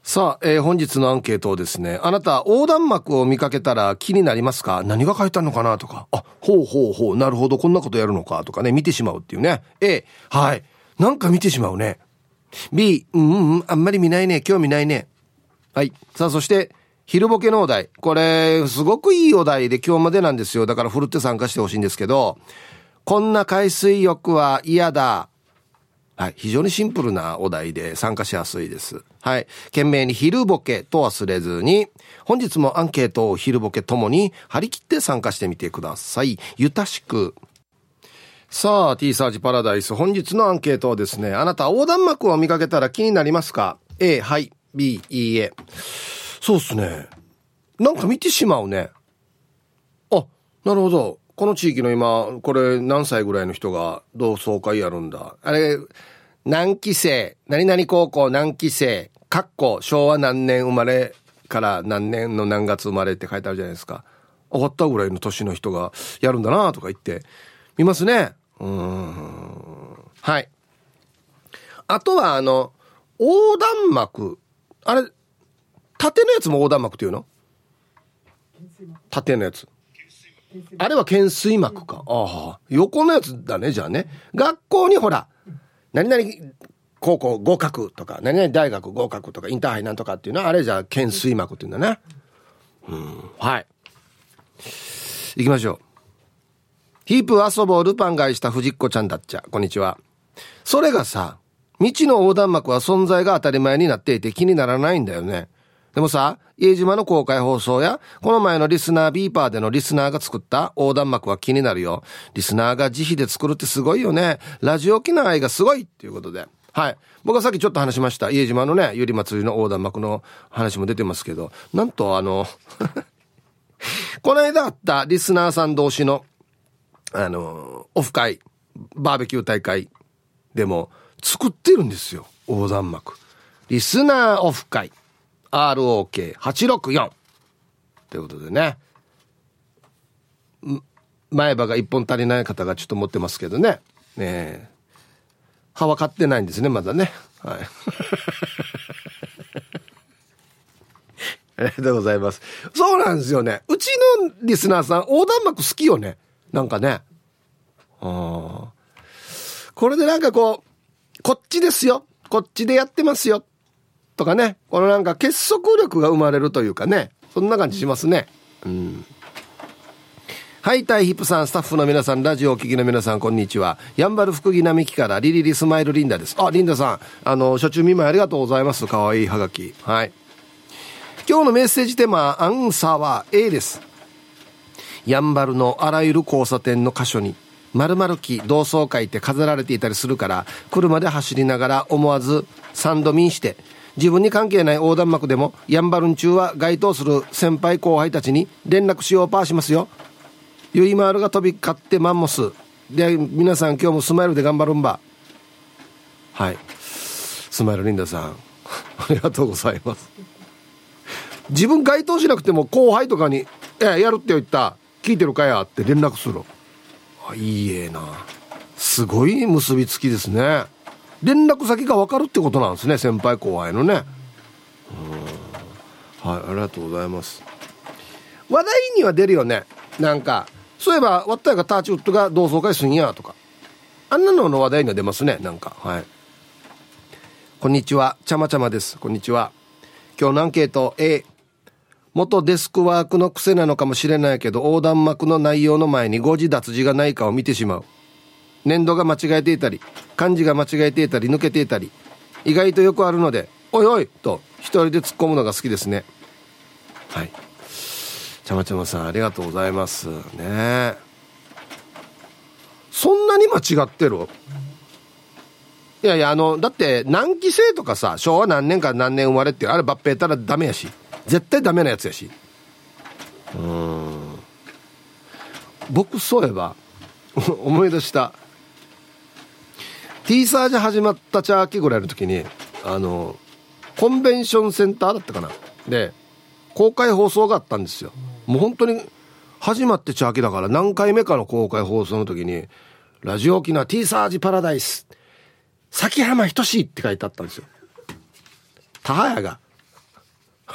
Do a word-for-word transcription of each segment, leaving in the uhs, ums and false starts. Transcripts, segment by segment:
さあ、えー、本日のアンケートをですね、あなた横断幕を見かけたら気になりますか？何が書いてあるのかなとか、あ、ほうほうほう、なるほど、こんなことやるのかとかね、見てしまうっていうね。 A、 はい、なんか見てしまうね。 B、 うんうん、あんまり見ないね、興味ないね。はい。さあ、そして昼ボケのお題、これすごくいいお題で今日までなんですよ。だからふるって参加してほしいんですけど、こんな海水浴は嫌だ。はい、非常にシンプルなお題で参加しやすいです。はい、懸命に昼ボケと忘れずに、本日もアンケートを昼ボケともに張り切って参加してみてください。ゆたしく。さあ、 T サージパラダイス、本日のアンケートはですね、あなた横断幕を見かけたら気になりますか？ A、 はい。 B、 いいえ。そうっすね、なんか見てしまうね。あ、なるほど、この地域の今これ何歳ぐらいの人が同窓会やるんだ、あれ何期生、何々高校何期生、かっこ昭和何年生まれから何年の何月生まれって書いてあるじゃないですか。終わったぐらいの年の人がやるんだなとか言って見ますね。うーん、はい。あとはあの横断幕、あれ縦のやつも横断幕っていうの？縦のやつ、あれは懸垂幕か。ああ、横のやつだね。じゃあね、学校にほら何々高校合格とか何々大学合格とかインターハイなんとかっていうのはあれじゃあ懸垂幕っていうんだね。うん、はい、行きましょう。ヒープ遊ぼうルパン買いした藤子ちゃんだっちゃ、こんにちは。それがさ、道の横断幕は存在が当たり前になっていて気にならないんだよね。でもさ、家島の公開放送やこの前のリスナービーパーでのリスナーが作った横断幕は気になるよ。リスナーが自費で作るってすごいよね。ラジオ沖縄愛がすごいっていうことで、はい、僕はさっきちょっと話しました家島のねゆり祭りの横断幕の話も出てますけど、なんとあのこの間あったリスナーさん同士のあのオフ会、バーベキュー大会でも作ってるんですよ、横断幕。リスナーオフ会 アールオーケーはちろくよん ということでね、前歯が一本足りない方がちょっと持ってますけどね、ねえ、歯は買ってないんですねまだね。はいありがとうございます。そうなんですよね、うちのリスナーさん横断幕好きよね、なんかね。あ、これでなんかこうこっちですよ、こっちでやってますよとかね、このなんか結束力が生まれるというかね、そんな感じしますね。うん。はい、タイヒップさん、スタッフの皆さん、ラジオをお聞きの皆さん、こんにちは。やんばる福木並木からリリリスマイルリンダです。あ、リンダさん、あの初中見舞いありがとうございます。かわいいはがき。はい、今日のメッセージテーマアンサーは A です。やんばるのあらゆる交差点の箇所に〇〇期同窓会って飾られていたりするから、車で走りながら思わずサンドミンして、自分に関係ない横断幕でもやんばるん中は該当する先輩後輩たちに連絡しようパーしますよ。ゆいまーるが飛び交ってマンモスで、皆さん今日もスマイルで頑張るんば。はい、スマイルリンダさんありがとうございます。自分該当しなくても後輩とかに「えやるって言った、聞いてるかや」って連絡する。あ、いいえな、すごい結びつきですね。連絡先が分かるってことなんですね、先輩後輩のね。うん、はい、ありがとうございます。話題には出るよね、なんかそういえばわったやがターチウッドが同窓会すんやとか、あんなのの話題には出ますね、なんか。はい、こんにちは、ちゃまちゃまです。こんにちは。今日のアンケート A、 元デスクワークの癖なのかもしれないけど、横断幕の内容の前に誤字脱字がないかを見てしまう。年度が間違えていたり、漢字が間違えていたり抜けていたり、意外とよくあるので、おいおいと一人で突っ込むのが好きですね。はい、ちゃまちゃまさんありがとうございますね。そんなに間違ってる？いやいや、あのだって何期生とかさ、昭和何年か何年生まれってあれ抜兵たらダメやし、絶対ダメなやつやし。うーん、僕そういえば思い出した、 T サージ始まったチャーキぐらいの時に、あのコンベンションセンターだったかなで公開放送があったんですよ。もう本当に始まってチャーキだから何回目かの公開放送の時に、ラジオ沖縄 T サージパラダイス崎浜ひとしって書いてあったんですよ。田早が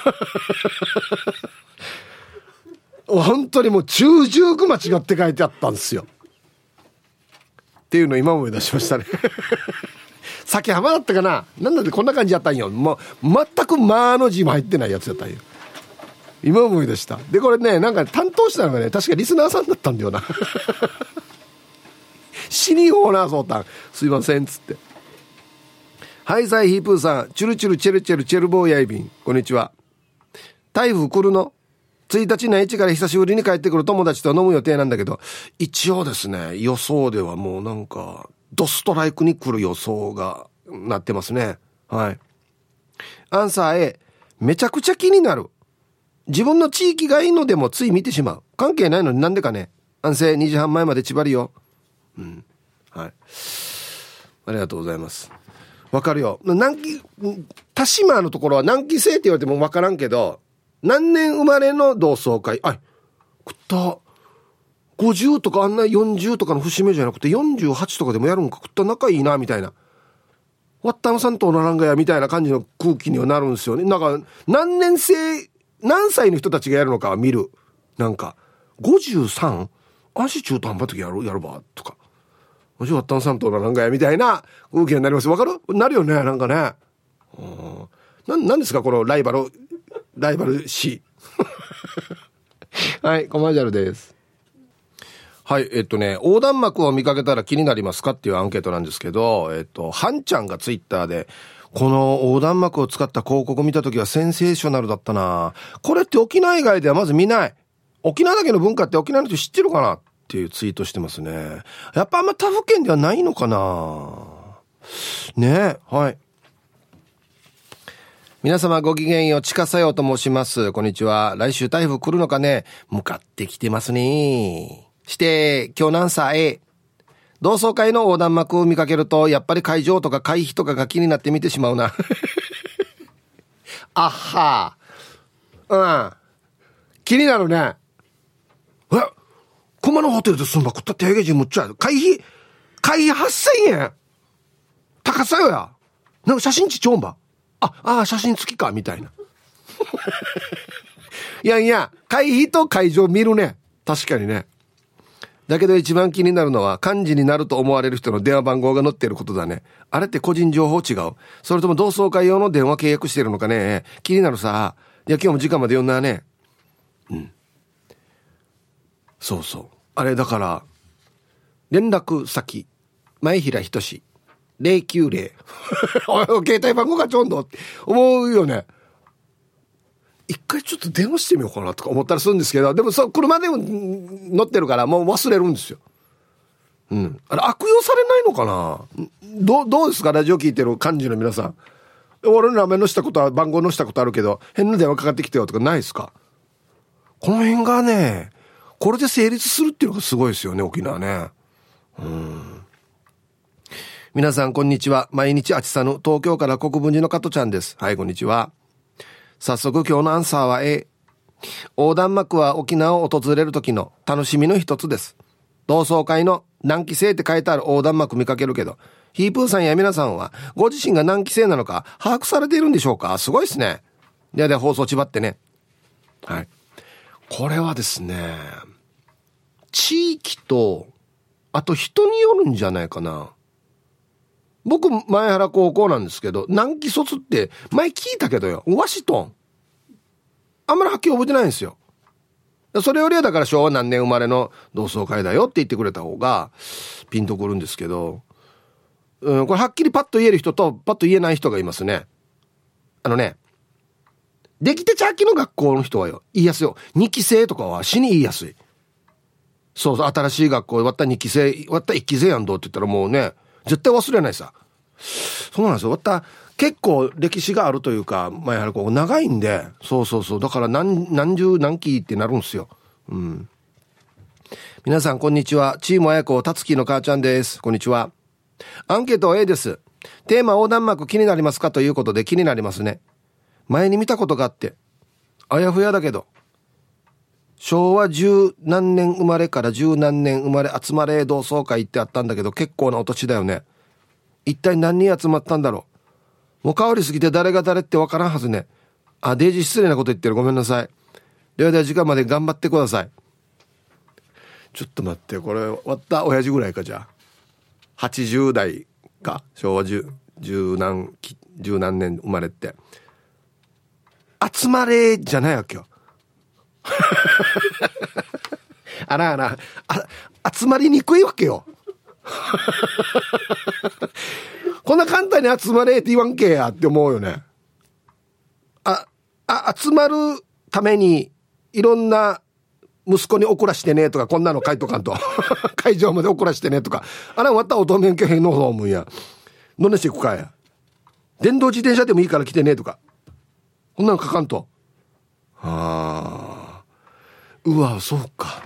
本当にもう中十句間違って書いてあったんですよっていうのを今思い出しましたね先浜だったかな、なんだってこんな感じやったんよ。もう全くまの字も入ってないやつやったんよ。今思い出した。でこれね、なんか担当したのがね、確かリスナーさんだったんだよな死にほうなそうたん、すいませんっつって。ハイサイヒープーさん、チュルチュルチェルチェルチェルボーヤイビン、こんにちは。台風来るのついたち内地から久しぶりに帰ってくる友達と飲む予定なんだけど、一応ですね、予想ではもうなんかドストライクに来る予想がなってますね。はい。アンサー A、 めちゃくちゃ気になる。自分の地域がいいのでもつい見てしまう。関係ないのになんでかね。安静にじはんまえまで縛りよ。うん、はい、ありがとうございます。わかるよ。南紀田島のところは南紀生って言われてもわからんけど、何年生まれの同窓会、あい食ったごじゅうとかあんなよんじゅうとかの節目じゃなくてよんじゅうはちとかでもやるんか、食った仲いいなみたいな、ワッタンさんとおならんがやみたいな感じの空気にはなるんですよね。なんか何年生何歳の人たちがやるのかは見る。なんかごじゅうさん足中途半端な時やるやるばとか、もしワッタンさんとおならんがやみたいな空気になります。わかる？なるよね。なんかね、ななんですかこのライバルライバル C はいコマーシャルです。はい、えっとね、横断幕を見かけたら気になりますかっていうアンケートなんですけど、えっとハンちゃんがツイッターでこの横断幕を使った広告見たときはセンセーショナルだったな、これって沖縄以外ではまず見ない、沖縄だけの文化って沖縄の人知ってるかなっていうツイートしてますね。やっぱあんま他府県ではないのかなね。はい、皆様ごきげんよう、ちかさようと申します。こんにちは。来週台風来るのかね。向かってきてますね。して今日何歳同窓会の横断幕を見かけるとやっぱり会場とか会費とかが気になって見てしまうなあっはー、うん、気になるね。え、熊野ホテルで住んば食ったって平気むっちゃ会費会費はっせんえん高さよや。なんか写真ちちょんば、ああ写真付きかみたいないやいや会費と会場見るね、確かにね。だけど一番気になるのは幹事になると思われる人の電話番号が載っていることだね。あれって個人情報違う？それとも同窓会用の電話契約してるのかね。気になるさ。いや今日も時間まで読んだね。うん。そうそう。あれだから連絡先前平仁志ゼロきゅうゼロ携帯番号がちょんどって思うよね。一回ちょっと電話してみようかなとか思ったりするんですけど、でもそう車でも乗ってるからもう忘れるんですよ。うん。あれ悪用されないのかな。どうどうですかラジオ聞いてる幹事の皆さん。俺の名前のしたことは番号のしたことあるけど変な電話かかってきてよとかないですか。この辺がね、これで成立するっていうのがすごいですよね沖縄ね。うん。皆さんこんにちは。毎日あちさぬ東京から国分寺の加トちゃんです。はいこんにちは。早速今日のアンサーは A。 横断幕は沖縄を訪れる時の楽しみの一つです。同窓会の何期生って書いてある横断幕見かけるけど、ヒープーさんや皆さんはご自身が何期生なのか把握されているんでしょうか。すごいですね。でで放送ちばってね。はい、これはですね地域とあと人によるんじゃないかな。僕前原高校なんですけど何期卒って前聞いたけどよ、ワシトンあんまりはっきり覚えてないんですよ。それよりはだから昭和何年生まれの同窓会だよって言ってくれた方がピンとくるんですけど、うん、これはっきりパッと言える人とパッと言えない人がいますね。あのねできてちゃっきの学校の人はよ言いやすいよ。にき生とかは死に言いやすい。そうそう新しい学校で割ったにき生割ったいっき生やんどうって言ったらもうね絶対忘れないさ。そうなんですよ。割った結構歴史があるというか前原高校長いんで、そうそうそうだから何何十何期ってなるんですよ。うん。皆さんこんにちは。チームあやこたつきの母ちゃんです。こんにちは。アンケート A です。テーマ横断幕気になりますかということで気になりますね。前に見たことがあってあやふやだけど昭和十何年生まれから十何年生まれ集まれ同窓会ってあったんだけど結構なお年だよね。一体何人集まったんだろう。もう変わりすぎて誰が誰ってわからんはずね。 あ、デイジー失礼なこと言ってる。ごめんなさい。ではでは時間まで頑張ってください。ちょっと待って、これ終わった親父ぐらいか。じゃあはちじゅう代か、昭和十何十何年生まれって、集まれじゃないわけよあらあら、あ、集まりにくいわけよこんな簡単に集まれって言わんけやって思うよね。あ、あ、集まるためにいろんな息子に怒らしてねとか、こんなの書いとかんと会場まで怒らしてねとか、あらまたおとめんけへんのほうむんや、どんなしていくかや、電動自転車でもいいから来てねとか、こんなの書かんと。ああ、うわ、そうか。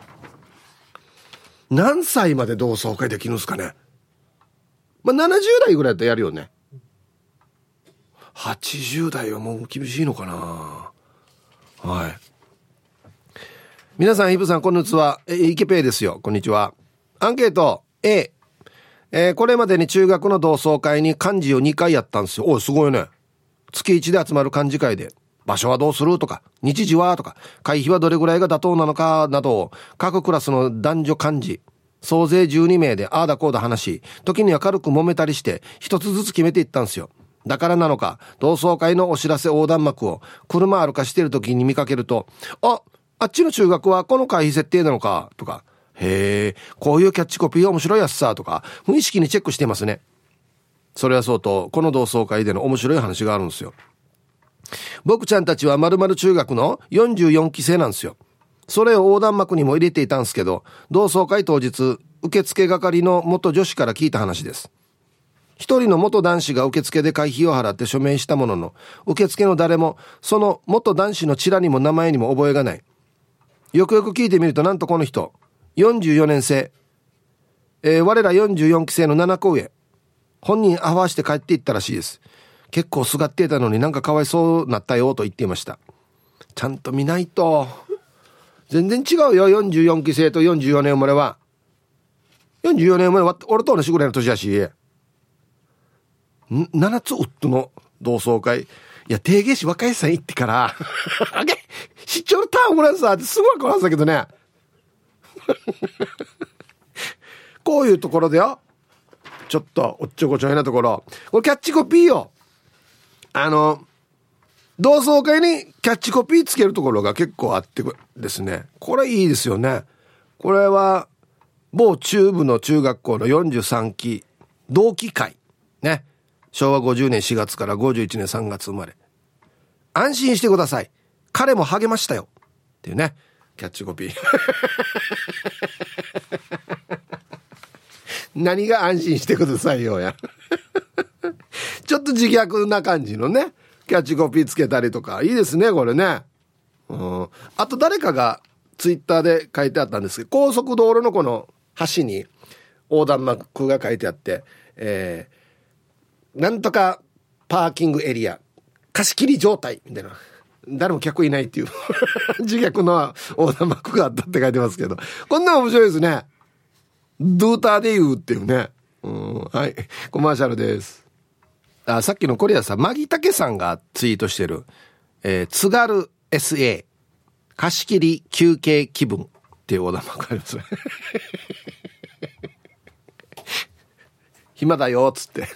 何歳まで同窓会できるんですかね。まあななじゅう代ぐらいだったらやるよね。はちじゅう代はもう厳しいのかな。はい。皆さん、イブさん、こんにちは。え、イケペイですよ。こんにちは。アンケート A、えー、これまでに中学の同窓会に漢字をにかいやったんですよ。おい、すごいね。月いちで集まる漢字会で、場所はどうするとか、日時はとか、会費はどれぐらいが妥当なのかなどを、各クラスの男女漢字総勢じゅうにめいでああだこうだ話し、時には軽く揉めたりして一つずつ決めていったんですよ。だからなのか、同窓会のお知らせ横断幕を車歩かしている時に見かけると、あ、あっちの中学はこの会費設定なのかとか、へえ、こういうキャッチコピー面白いやつさとか、無意識にチェックしてますね。それはそうと、この同窓会での面白い話があるんですよ。僕ちゃんたちは〇〇中学のよんじゅうよんき生なんですよ。それを横断幕にも入れていたんですけど、同窓会当日、受付係の元女子から聞いた話です。一人の元男子が受付で会費を払って署名したものの、受付の誰もその元男子のチラにも名前にも覚えがない。よくよく聞いてみると、なんとこの人よんじゅうよねん生、えー、我らよんじゅうよんき生のななこ上、本人アファーして帰っていったらしいです。結構すがっていたのになんかかわいそうなったよと言っていました。ちゃんと見ないと全然違うよ。よんじゅうよんき生とよんじゅうよねん生まれは、よんじゅうよねん生まれは俺と同じぐらいの年やし、ななつ夫の同窓会、いや定芸師若いさん行ってからあげ知っちゃうターンもらうさってすごい怖いんだけどねこういうところでよ、ちょっとおっちょこちょいなところ、これキャッチコピーよ。あの同窓会にキャッチコピーつけるところが結構あってですね、これいいですよね。これは某中部の中学校のよんじゅうさんき同期会ね、しょうわごじゅうねんしがつからごじゅういちねんさんがつ生まれ、安心してください、彼も励ましたよっていうね、キャッチコピー何が安心してくださいよやちょっと自虐な感じのねキャッチコピーつけたりとか、いいですねこれね。うん、あと誰かがツイッターで書いてあったんですけど、高速道路のこの橋に横断幕が書いてあって、えー、なんとかパーキングエリア貸し切り状態みたいな、誰も客いないっていう自虐の横断幕があったって書いてますけど、こんな面白いですね。ドゥーターで言うっていうね。うん、はい、コマーシャルです。あ、さっきのコリアさん、マギタケさんがツイートしてる、えー、津軽 エスエー 貸し切り休憩気分っていう横断幕ありますね暇だよっつって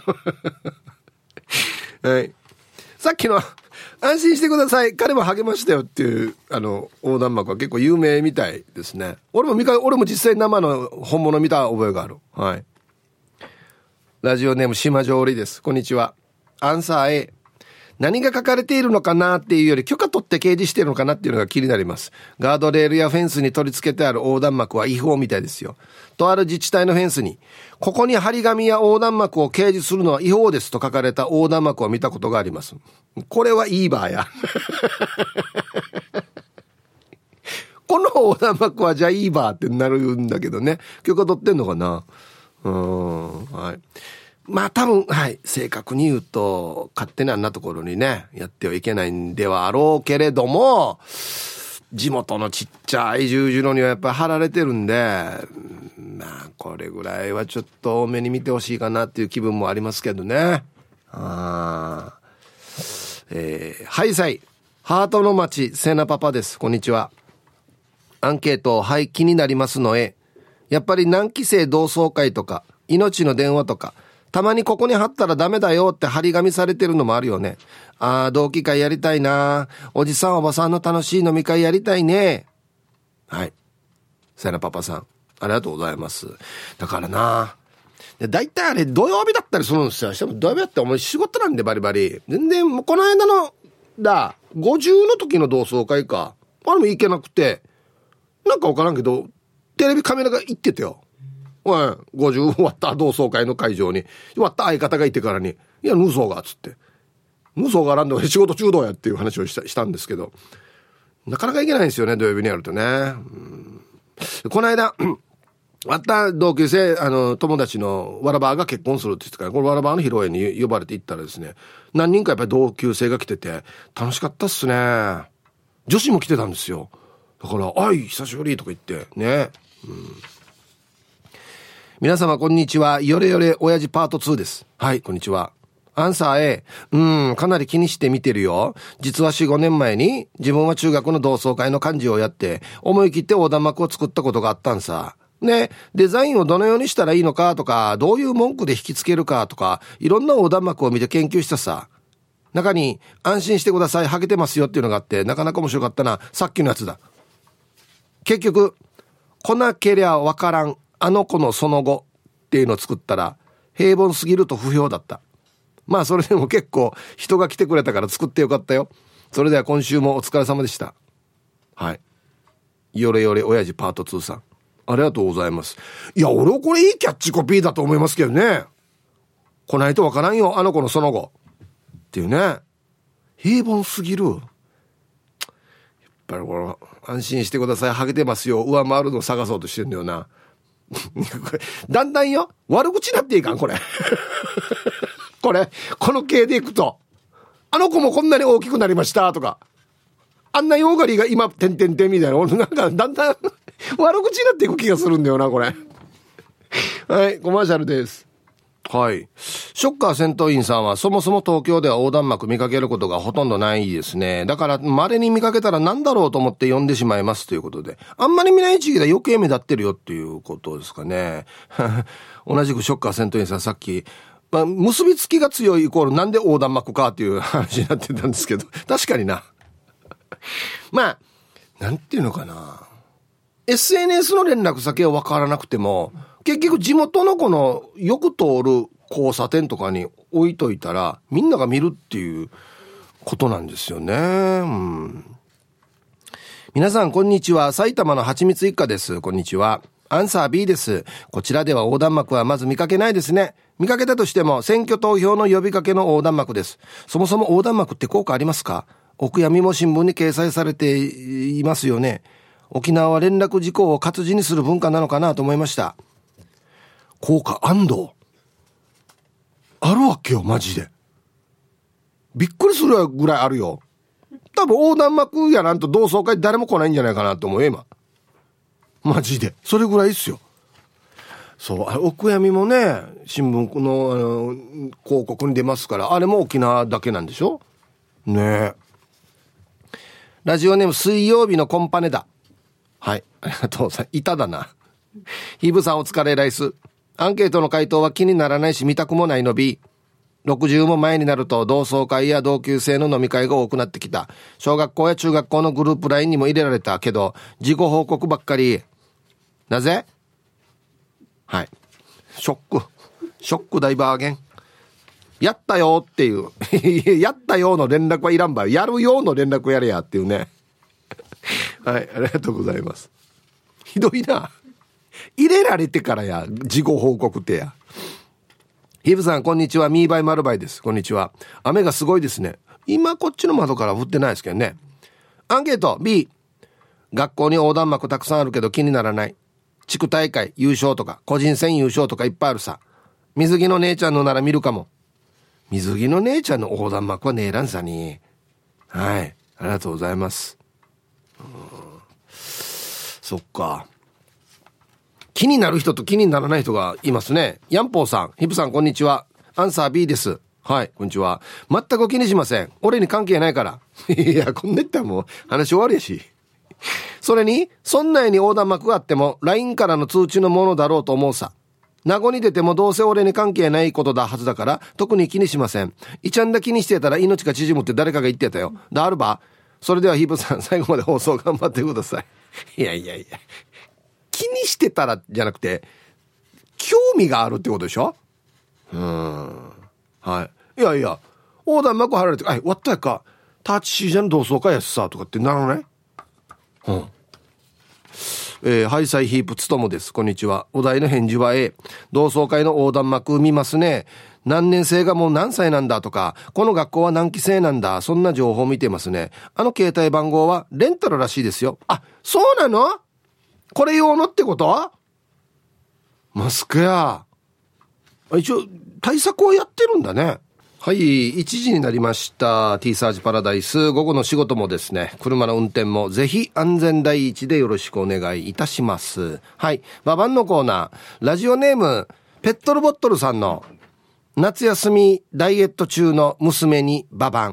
はい、さっきの安心してください、彼も励ましたよっていうあの横断幕は結構有名みたいですね。俺も見か俺も実際生の本物見た覚えがある。はい。ラジオネーム島上織です。こんにちは。アンサー A、 何が書かれているのかなっていうより許可取って掲示しているのかなっていうのが気になります。ガードレールやフェンスに取り付けてある横断幕は違法みたいですよ。とある自治体のフェンスに、ここに張り紙や横断幕を掲示するのは違法ですと書かれた横断幕を見たことがあります。これはいいバーやこの横断幕はじゃあいいバーってなるんだけどね、許可取ってんのかな。うーん、はい。まあ多分、はい、正確に言うと勝手にあんなところにねやってはいけないんではあろうけれども、地元のちっちゃい十字路にはやっぱり貼られてるんで、まあこれぐらいはちょっと多めに見てほしいかなっていう気分もありますけどね。あ、 えー、ハイサイハートの町セナパパです。こんにちは。アンケートはい気になりますのへ、やっぱり何期生同窓会とか命の電話とかたまにここに貼ったらダメだよって張り紙されてるのもあるよね。あー同期会やりたいな、おじさんおばさんの楽しい飲み会やりたいね。はい、セナパパさんありがとうございます。だからな、だいたいあれ土曜日だったりするんですよ。しかも土曜日だってお前仕事なんでバリバリ全然この間のだごじゅうの時の同窓会かあれも行けなくて、なんか分からんけどテレビカメラが行ってたよ。おいごじゅう終わった同窓会の会場に終わった相方がいてからに、いやヌソがっつってヌソがなんで仕事中どうやっていう話をした、したんですけど、なかなか行けないんですよね土曜日にやるとね。うん、この間あった同級生あの友達のわらばが結婚するって言ってから、これわらばの披露宴に呼ばれて行ったらですね、何人かやっぱり同級生が来てて楽しかったっすね。女子も来てたんですよ。だからあい久しぶりとか言ってね、うん、皆様こんにちは。よれよれ親父パートツーです。はい、こんにちは。アンサー A、 うんかなり気にして見てるよ。実は よん,ご 年前に自分は中学の同窓会の幹事をやって思い切って横断幕を作ったことがあったんさね。デザインをどのようにしたらいいのかとか、どういう文句で引きつけるかとか、いろんな横断幕を見て研究したさ。中に安心してくださいハゲてますよっていうのがあって、なかなか面白かったな。さっきのやつだ。結局来なけりゃわからんあの子のその後っていうのを作ったら平凡すぎると不評だった。まあそれでも結構人が来てくれたから作ってよかったよ。それでは今週もお疲れ様でした。はい、よれよれ親父パートツーさんありがとうございます。いや俺これいいキャッチコピーだと思いますけどね。来ないとわからんよあの子のその後っていうね。平凡すぎる。やっぱりこれ安心してくださいハゲてますよ上回るのを探そうとしてるんだよなだんだんよ悪口になっていかんこれこれこの系でいくと、あの子もこんなに大きくなりましたとか、あんなヨーガリーが今てんてんてんみたいな、俺なんかだんだん悪口になっていく気がするんだよなこれはいコマーシャルです。はい、ショッカー戦闘員さんはそもそも東京では横断幕見かけることがほとんどないですね。だから稀に見かけたらなんだろうと思って読んでしまいますということで、あんまり見ない地域で余計目立ってるよっていうことですかね同じくショッカー戦闘員さんさっき、まあ、結びつきが強いイコールなんで横断幕かっていう話になってたんですけど確かになまあなんていうのかな、 エスエヌエス の連絡先は分からなくても結局地元のこのよく通る交差点とかに置いといたらみんなが見るっていうことなんですよね。うん、皆さんこんにちは。埼玉のはちみつ一家です。こんにちは。アンサー B です。こちらでは横断幕はまず見かけないですね。見かけたとしても選挙投票の呼びかけの横断幕です。そもそも横断幕って効果ありますか？お悔やみも新聞に掲載されていますよね。沖縄は連絡事項を活字にする文化なのかなと思いました。効果安堵あるわけよマジで。びっくりするぐらいあるよ。多分横断幕やなんと同窓会誰も来ないんじゃないかなと思うよ今マジで。それぐらいっすよ。そう、お悔やみもね新聞の、あの広告に出ますから、あれも沖縄だけなんでしょねえ。ラジオネーム水曜日のコンパネだ。はい、ありがとうさん。いただな。ヒブさんお疲れライス。アンケートの回答は気にならないし見たくもないの B。 ろくじゅうも前になると同窓会や同級生の飲み会が多くなってきた。小学校や中学校のグループ ライン にも入れられたけど自己報告ばっかり。なぜ？はい、ショックショック大バーゲン。やったよっていうやったよの連絡はいらんばい、やるよの連絡やれやっていうねはいありがとうございます。ひどいな、入れられてからや事後報告ってや。ヒブさんこんにちは。ミーバイマルバイです。こんにちは。雨がすごいですね。今こっちの窓から降ってないですけどね。アンケート B。 学校に横断幕たくさんあるけど気にならない。地区大会優勝とか個人戦優勝とかいっぱいあるさ。水着の姉ちゃんのなら見るかも。水着の姉ちゃんの横断幕はねえらんさに。はい、ありがとうございます。うん、そっか、気になる人と気にならない人がいますね。ヤンポーさん、ヒプさんこんにちは。アンサー B です。 はい、こんにちは。全く気にしません。俺に関係ないから。いや、こんな言ったらもう話終わりやし。それに、村内に横断幕があっても ライン からの通知のものだろうと思うさ。名護に出てもどうせ俺に関係ないことだはずだから特に気にしません。いちゃんだ気にしてたら命が縮むって誰かが言ってたよ。だあるば。それではヒープさん、最後まで放送頑張ってください。いやいやいや、気にしてたらじゃなくて興味があるってことでしょ。うーん、はい。いやいや、横断幕貼られて、あい、わったやかタッチシージャン同窓会やすさとかってならない。うん。えー、ハイサイヒープつともです。こんにちは。お題の返事は A。 同窓会の横断幕見ますね。何年生がもう何歳なんだとか、この学校は何期生なんだ、そんな情報見てますね。あの携帯番号はレンタルらしいですよ。あ、そうなの？これ用のってこと？マスクや。一応対策はやってるんだね。はい、いちじになりました。 T サージパラダイス、午後の仕事もですね、車の運転もぜひ安全第一でよろしくお願いいたします。はい、ババンのコーナー、ラジオネームペットルボットルさんの夏休みダイエット中の娘にババン。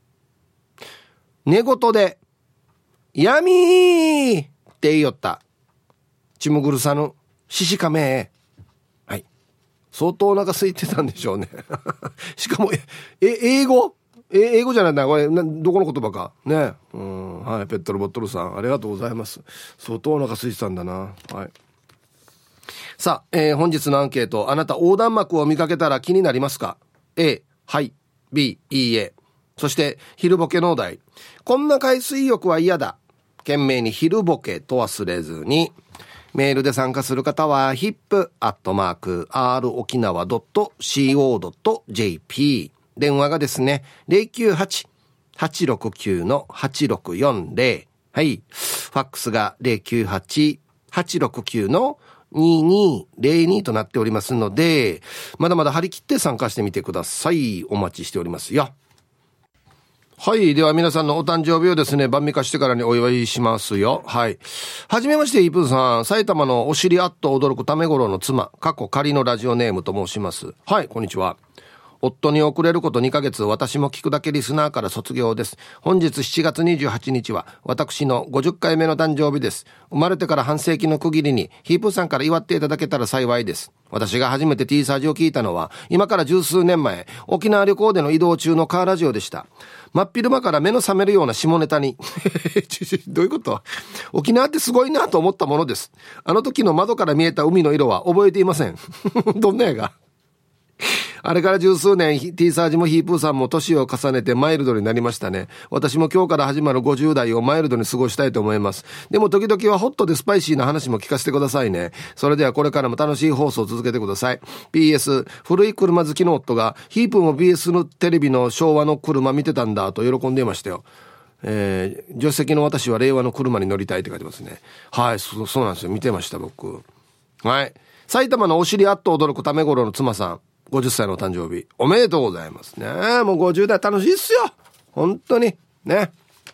寝言でやみーって言いよったちむぐるさぬししかめ。相当お腹空いてたんでしょうね。しかもえ英語え英語じゃないんだこれ、などこの言葉かね。うん、はい、ペットルボットルさんありがとうございます。相当お腹空いてたんだな。はい。さあ、えー、本日のアンケート、あなた横断幕を見かけたら気になりますか？ A、 はい、 B、 いいえ。そして昼ボケのお題、こんな海水浴は嫌だ、懸命に昼ボケと忘れずに。メールで参加する方は ヒップ アットマーク アール 沖縄 ドット シーオー ドット ジェーピー。 電話がですね ゼロきゅうはち はちろくきゅう はちろくよんゼロ。はい、ファックスが ゼロきゅうはち はちろくきゅう ににゼロに となっておりますので、まだまだ張り切って参加してみてください。お待ちしておりますよ。はい。では皆さんのお誕生日をですね、晩御飯してからにお祝いしますよ。はい。はじめまして、イープンさん。埼玉のお尻あっと驚くためごろの妻、過去仮のラジオネームと申します。はい、こんにちは。夫に遅れることにかげつ、私も聞くだけリスナーから卒業です。本日しちがつにじゅうはちにちは私のごじゅっかいめの誕生日です。生まれてから半世紀の区切りにヒープさんから祝っていただけたら幸いです。私が初めて T サージを聞いたのは今から十数年前、沖縄旅行での移動中のカーラジオでした。真っ昼間から目の覚めるような下ネタにどういうこと？沖縄ってすごいなと思ったものです。あの時の窓から見えた海の色は覚えていませんどんなやがあれから十数年、 T サージもヒープーさんも年を重ねてマイルドになりましたね。私も今日から始まるごじゅう代をマイルドに過ごしたいと思います。でも時々はホットでスパイシーな話も聞かせてくださいね。それではこれからも楽しい放送を続けてください。 ピーエス 古い車好きの夫がヒープーも ビーエス のテレビの昭和の車見てたんだと喜んでいましたよ。えー、助手席の私は令和の車に乗りたいって書いてますね。はい、そ、そうなんですよ。見てました僕。はい。埼玉のお尻あっと驚くためごろの妻さん、ごじゅっさいのお誕生日おめでとうございますね。もうごじゅう代楽しいっすよ本当にね。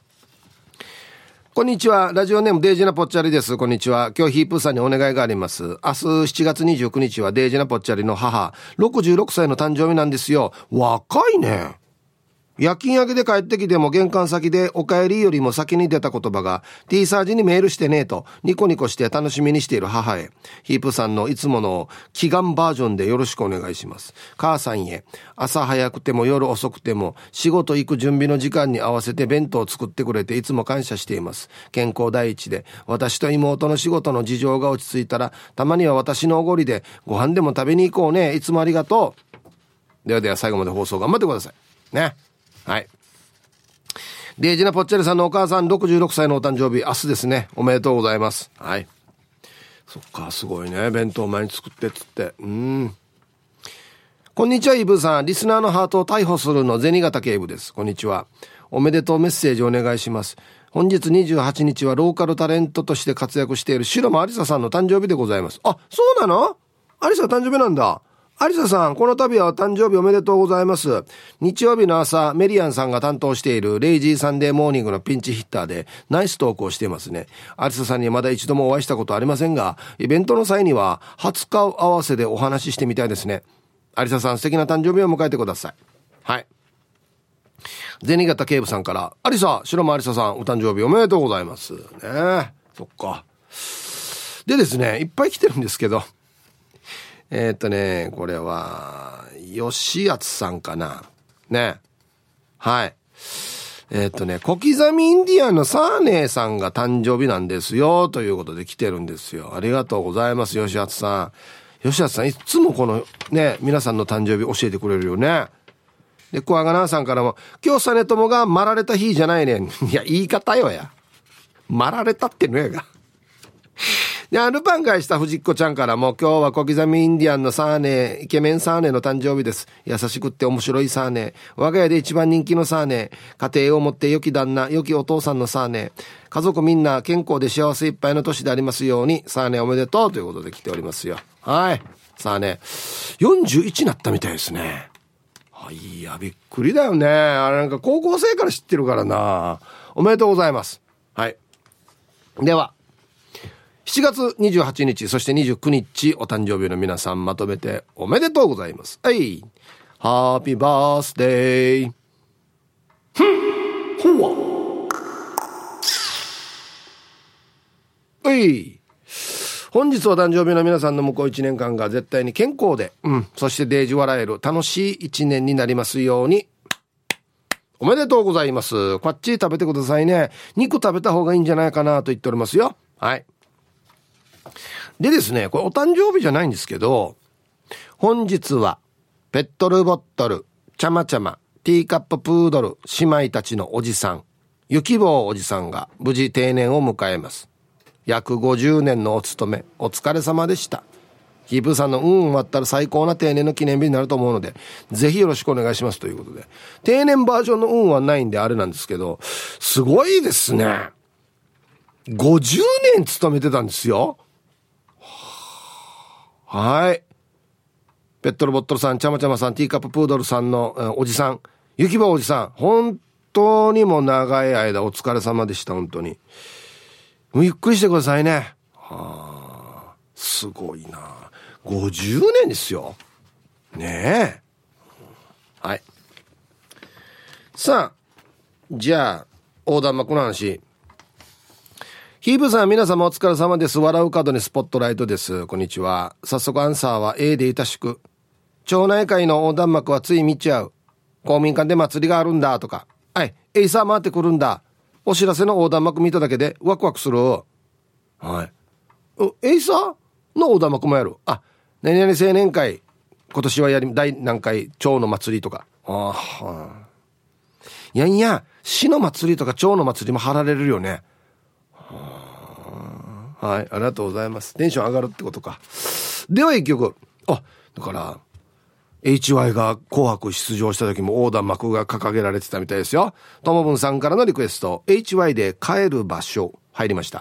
こんにちは、ラジオネームデイジナポッチャリです。こんにちは。今日ヒープーさんにお願いがあります。明日しちがつにじゅうくにちはデイジナポッチャリの母ろくじゅうろくさいの誕生日なんですよ。若いね。夜勤明けで帰ってきても玄関先でお帰りよりも先に出た言葉が T サージにメールしてねとニコニコして楽しみにしている母へ、ヒープさんのいつもの祈願バージョンでよろしくお願いします。母さんへ、朝早くても夜遅くても仕事行く準備の時間に合わせて弁当を作ってくれていつも感謝しています。健康第一で、私と妹の仕事の事情が落ち着いたらたまには私のおごりでご飯でも食べに行こうね。いつもありがとう。ではでは最後まで放送頑張ってくださいね。はい。デイジナポッチャリさんのお母さんろくじゅうろくさいのお誕生日明日ですね。おめでとうございます。はい。そっか、すごいね。弁当前に作ってっつって。うん。こんにちは、イブさん。リスナーのハートを逮捕するの銭形警部です。こんにちは。おめでとうメッセージお願いします。本日にじゅうはちにちはローカルタレントとして活躍している白間ありささんの誕生日でございます。あ、そうなの？ありさ誕生日なんだ。アリサさん、この度は誕生日おめでとうございます。日曜日の朝、メリアンさんが担当しているレイジーサンデーモーニングのピンチヒッターでナイストークをしていますね。アリサさんにはまだ一度もお会いしたことありませんが、イベントの際には初顔合わせでお話ししてみたいですね。アリサさん、素敵な誕生日を迎えてください。 はい。銭形警部さんから、アリサ、白間アリサさん、お誕生日おめでとうございます。ね。そっか。でですね、いっぱい来てるんですけど、えー、っとね、これは、吉厚さんかな。ね。はい。えー、っとね、小刻みインディアンのサーネーさんが誕生日なんですよ、ということで来てるんですよ。ありがとうございます、吉厚さん。吉厚さん、いつもこのね、皆さんの誕生日教えてくれるよね。で、小アナさんからも、今日実朝がまられた日じゃないねん。いや、言い方よや。まられたってのやが。で、ルパン返した藤子ちゃんからも、今日は小刻みインディアンのサーネ、イケメンサーネの誕生日です。優しくって面白いサーネ。我が家で一番人気のサーネ。家庭を持って良き旦那、良きお父さんのサーネ。家族みんな健康で幸せいっぱいの年でありますように、サーネおめでとうということで来ておりますよ。はい。サーネ。よんじゅういちになったみたいですね。いや、びっくりだよね。あれなんか高校生から知ってるからな。おめでとうございます。はい。では、しちがつにじゅうはちにち、そしてにじゅうくにちお誕生日の皆さんまとめておめでとうございます。はい。ハッピーバースデー。ふん、ほわ。はい。本日お誕生日の皆さんの向こういちねんかんが絶対に健康で、うん、そしてデージ笑える楽しいいちねんになりますように。おめでとうございます。こっち食べてくださいね。肉食べた方がいいんじゃないかなと言っておりますよ。はい。でですね、これお誕生日じゃないんですけど、本日はペットルボットル、ちゃまちゃま、ティーカッププードル、姉妹たちのおじさん、ゆきぼうおじさんが無事定年を迎えます。約ごじゅうねんのお勤め、お疲れ様でした。ヒープーさんの運終わったら最高な定年の記念日になると思うので、ぜひよろしくお願いしますということで。定年バージョンの運はないんであれなんですけど、すごいですね。ごじゅうねん勤めてたんですよ。はい。ペットルボットルさん、ちゃまちゃまさん、ティーカッププードルさんの、うん、おじさん、ゆきばおじさん、本当にも長い間お疲れ様でした。本当に。ゆっくりしてくださいね。はあ、すごいな。ごじゅうねんですよ。ねえ。はい。さあ、じゃあ、横断幕の話。ヒーブさん、皆様お疲れ様です。笑う角にスポットライトです。こんにちは。早速アンサーは A でいたしく。町内会の横断幕はつい見ちゃう。公民館で祭りがあるんだとか。はい、エイサー回ってくるんだ。お知らせの横断幕見ただけでワクワクする。はい。エイサーの横断幕もやる。あ、何々青年会。今年はやり、第何回、町の祭りとか。ああ、はあ。いやいや、市の祭りとか町の祭りも貼られるよね。はい、ありがとうございます。テンション上がるってことか。では一曲。あ、だから エイチワイ が紅白出場した時も横断幕が掲げられてたみたいですよ。ともぶんさんからのリクエスト、 エイチワイ で帰る場所入りました。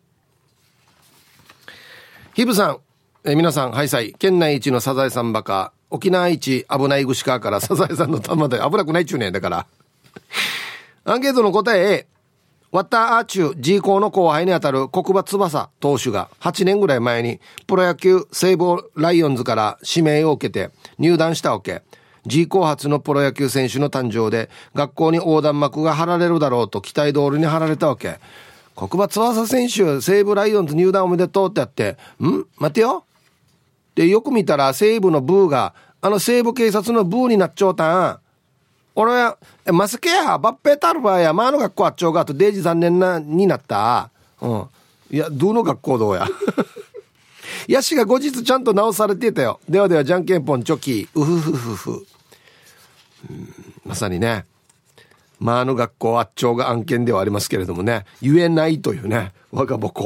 ヒブさん、え皆さんハイサイ。県内一のサザエさんバカ、沖縄一危ない串川からサザエさんの玉で危なくないっちゅうねんだからアンケートの答え A、ワッターアーチュー G 校の後輩にあたる国馬翼投手がはちねんぐらい前にプロ野球西武ライオンズから指名を受けて入団したわけ。 G 校初のプロ野球選手の誕生で学校に横断幕が張られるだろうと期待通りに張られたわけ。国馬翼選手西武ライオンズ入団おめでとうってやって、ん待てよでよく見たら西武のブーがあの西部警察のブーになっちゃうたん。俺はマスケやバッペータルバーやマーの学校あっちょうがとデージ残念なになった。うん。いや、どの学校どうや。ヤシが後日ちゃんと直されていたよ。ではではじゃんけんぽんチョキ。うふふふふ。うん、まさにね。マーの学校あっちょうが案件ではありますけれどもね。言えないというね。我が母校。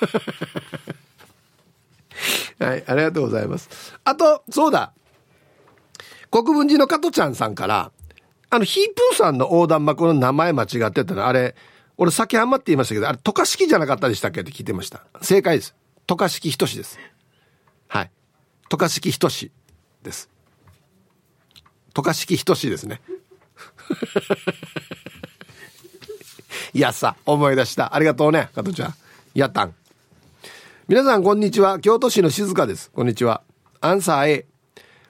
はい、ありがとうございます。あと、そうだ。国分寺の加トちゃんさんから、あのヒープーさんの横断幕の名前間違ってたのあれ俺酒ハマって言いましたけどあれ渡嘉敷じゃなかったでしたっけって聞いてました。正解です。渡嘉敷仁です。はい渡嘉敷仁です渡嘉敷仁ですねいやさ思い出した。ありがとうね加トちゃん。やったん。皆さんこんにちは。京都市の静香です。こんにちは。アンサー A、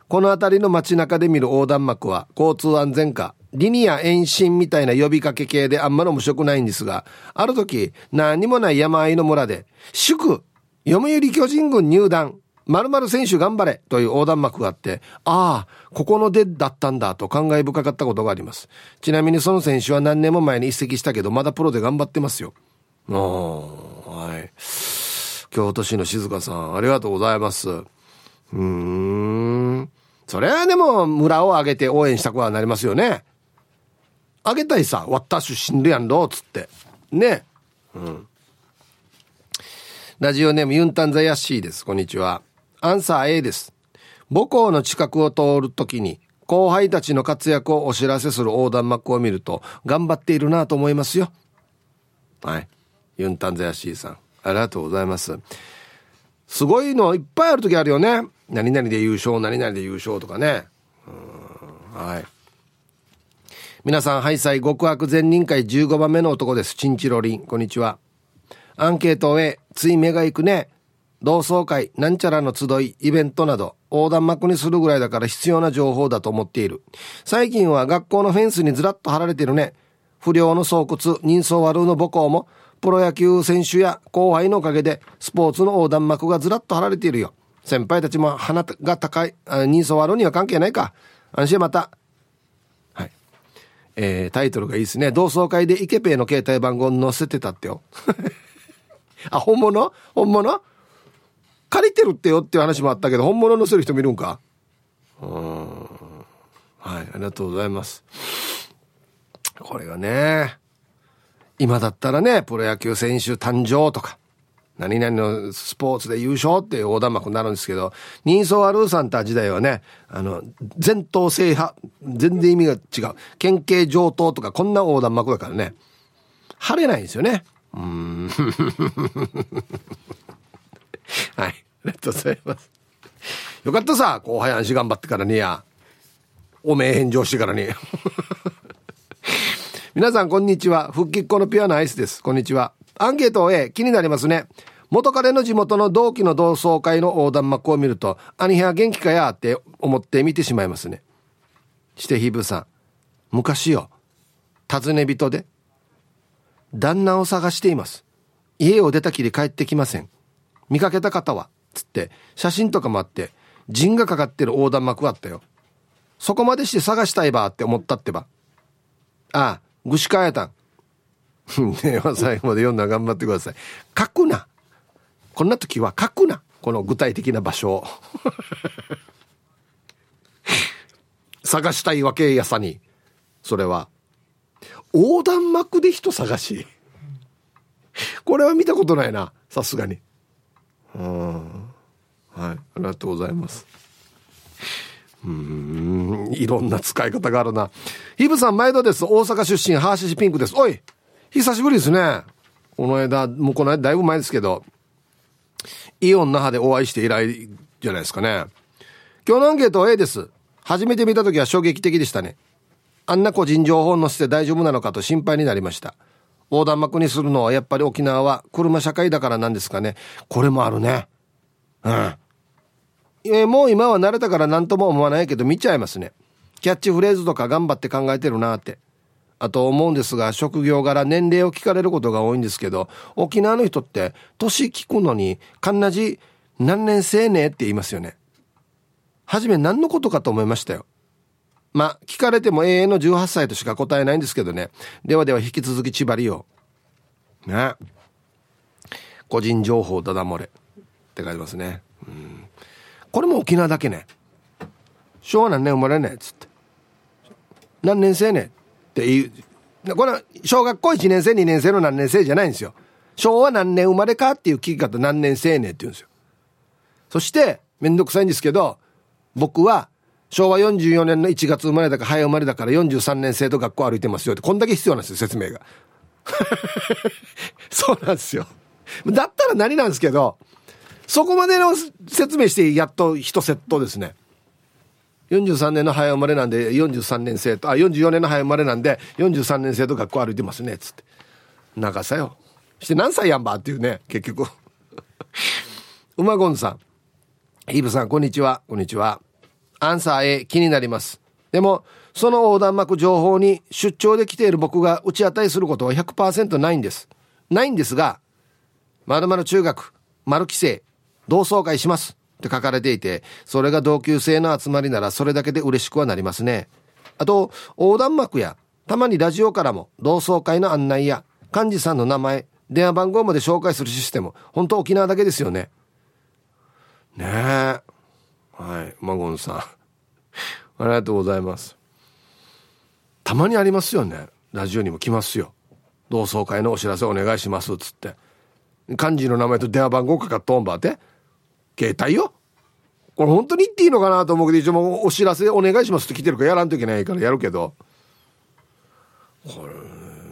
この辺りの街中で見る横断幕は交通安全課、リニア延伸みたいな呼びかけ系であんまり面白くないんですが、ある時何にもない山あいの村で祝読売巨人軍入団〇〇選手頑張れという横断幕があって、ああここの出だったんだと感慨深かったことがあります。ちなみにその選手は何年も前に移籍したけどまだプロで頑張ってますよ。ああ、はい、京都市の静香さんありがとうございます。うーん、それはでも村を挙げて応援したくはなりますよね。あげたいさ、わった出身でやんろつってね。うん。ラジオネームユンタンザヤッシーです。こんにちは。アンサー A です。母校の近くを通るときに後輩たちの活躍をお知らせする横断幕を見ると頑張っているなと思いますよ。はい、ユンタンザヤッシーさんありがとうございます。すごいのいっぱいある時あるよね。何々で優勝何々で優勝とかね。うーん、はい。皆さんハイサイ極悪善人会じゅうごばんめの男です。チンチロリンこんにちは。アンケートをへつい目が行くね。同窓会なんちゃらの集いイベントなど横断幕にするぐらいだから必要な情報だと思っている。最近は学校のフェンスにずらっと貼られてるね。不良の巣窟人相悪の母校もプロ野球選手や後輩のおかげでスポーツの横断幕がずらっと貼られているよ。先輩たちも鼻が高い人相悪には関係ないか。安心また。はい、えー、タイトルがいいですね。同窓会でイケペイの携帯番号載せてたってよあ、本物本物借りてるってよっていう話もあったけど本物載せる人見るんか。うーん、はい、ありがとうございます。これがね今だったらねプロ野球選手誕生とか何々のスポーツで優勝っていう横断幕になるんですけど、人相悪さんた時代はねあの全頭制覇全然意味が違う県警上等とかこんな横断幕だからね貼れないんですよね。うーんはい、ありがとうございます。よかったさ後輩安心頑張ってからにやおめえ返上してからに皆さんこんにちは。復帰っ子のピュアなアイスです。こんにちは。アンケートを A 気になりますね。元彼の地元の同期の同窓会の横断幕を見ると兄は元気かやって思って見てしまいますね。してひぶさん昔よ尋ね人で旦那を探しています、家を出たきり帰ってきません、見かけた方はつって写真とかもあって陣がかかってる横断幕あったよ。そこまでして探したいばって思ったってば。ああぐしかやたんねえ最後まで読んだら頑張ってください。書くなこんな時は書くなこの具体的な場所を探したいわけやさに。それは横断幕で人探しこれは見たことないなさすがに。うん、はい、ありがとうございます。うーん、いろんな使い方があるな。ヒブさん毎度です。大阪出身ハーシシピンクです。おい久しぶりですね。この間もうこの間だいぶ前ですけどイオン那覇でお会いして以来じゃないですかね。今日のアンケートは A です。初めて見た時は衝撃的でしたね。あんな個人情報載せて大丈夫なのかと心配になりました。横断幕にするのはやっぱり沖縄は車社会だからなんですかね。これもあるね。うん、えー、もう今は慣れたから何とも思わないけど見ちゃいますね。キャッチフレーズとか頑張って考えてるなって。あと思うんですが職業柄年齢を聞かれることが多いんですけど沖縄の人って年聞くのにかんなじ何年生ねって言いますよね。はじめ何のことかと思いましたよ。まあ聞かれても永遠のじゅうはっさいとしか答えないんですけどね。ではでは引き続き千葉りよね。個人情報ダダ漏れって書いてますね。うん、これも沖縄だけね。昭和何年生まれねっつって何年生ねっていう、これは小学校いちねん生にねん生の何年生じゃないんですよ。昭和何年生まれかっていう聞き方何年生ねって言うんですよ。そしてめんどくさいんですけど僕は昭和よんじゅうよねんのいちがつ生まれだから早生まれだからよんじゅうさんねん生と学校歩いてますよってこんだけ必要なんですよ説明がそうなんですよ。だったら何なんですけどそこまでの説明してやっと一セットですね。よんじゅうさんねんの早生まれなんでよんじゅうさんねん生とあよんじゅうよねんの早生まれなんでよんじゅうさんねん生と学校歩いてますねつって長さよして何歳やんばっていうね結局うまごんさんイブさんこんにちは。こんにちは。 アンサー A、気になります。でもその横断幕情報に出張で来ている僕が打ち値することは ひゃくパーセント ないんですないんですが、〇〇中学〇期生同窓会しますって書かれていて、それが同級生の集まりならそれだけで嬉しくはなりますね。あと横断幕やたまにラジオからも同窓会の案内や幹事さんの名前電話番号まで紹介するシステム、本当沖縄だけですよね。ねえ、はい、マゴンさんありがとうございます。たまにありますよね。ラジオにも来ますよ。同窓会のお知らせお願いしますっつって幹事の名前と電話番号かかっとんばって携帯よ。これ本当に言っていいのかなと思うけど、一応もうお知らせお願いしますって来てるからやらんといけないからやるけど、これ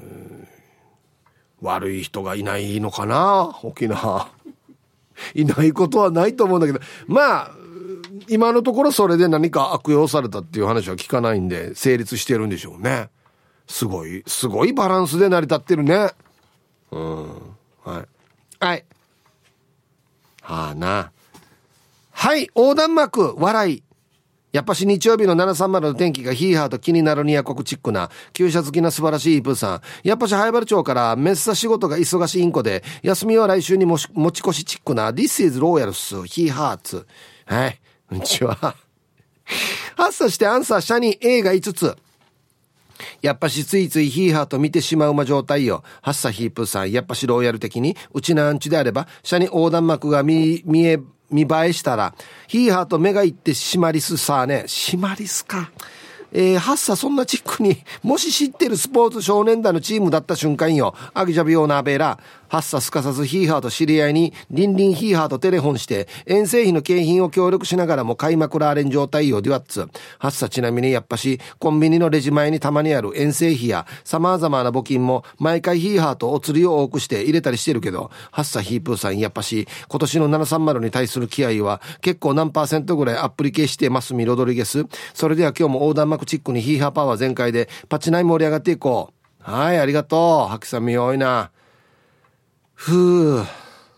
悪い人がいないのかな沖縄いないことはないと思うんだけど、まあ今のところそれで何か悪用されたっていう話は聞かないんで成立してるんでしょうね。すごいすごいバランスで成り立ってるね。うんはいはいはあな。はい横断幕笑い。やっぱし日曜日のななさんまるの天気がヒーハーと気になるニア国チックな旧車好きな素晴らしいイープーさん。やっぱし灰原町からめっさ仕事が忙しいインコで休みは来週にもし持ち越しチックな This is Royals ヒーハーツ。はいこんにちは発作してアンサーシャニ A がいつつ。やっぱしついついヒーハーと見てしまうま状態よ。ハッサヒープーさん。やっぱしローヤル的にうちのアンチであればシャニ横断幕が見見え見栄えしたらヒーハーと目がいってシマリスさあね。シマリスか。えー、ハッサそんなチックにもし知ってるスポーツ少年団のチームだった瞬間よ。アギジャビオーナーベーラハッサすかさずヒーハーと知り合いにリンリンヒーハーとテレフォンして遠征費の景品を協力しながらも買いまくられん状態よ。デュワッツハッサちなみにやっぱしコンビニのレジ前にたまにある遠征費や様々な募金も毎回ヒーハーとお釣りを多くして入れたりしてるけど、ハッサヒープーさんやっぱし今年のななさんまるに対する気合は結構何パーセントぐらいアップリケしてますみロドリゲス。それでは今日も横断幕チックにヒーハーパワー全開でパチナイ盛り上がっていこう。はいありがとう。ハキさんみよいな。ふう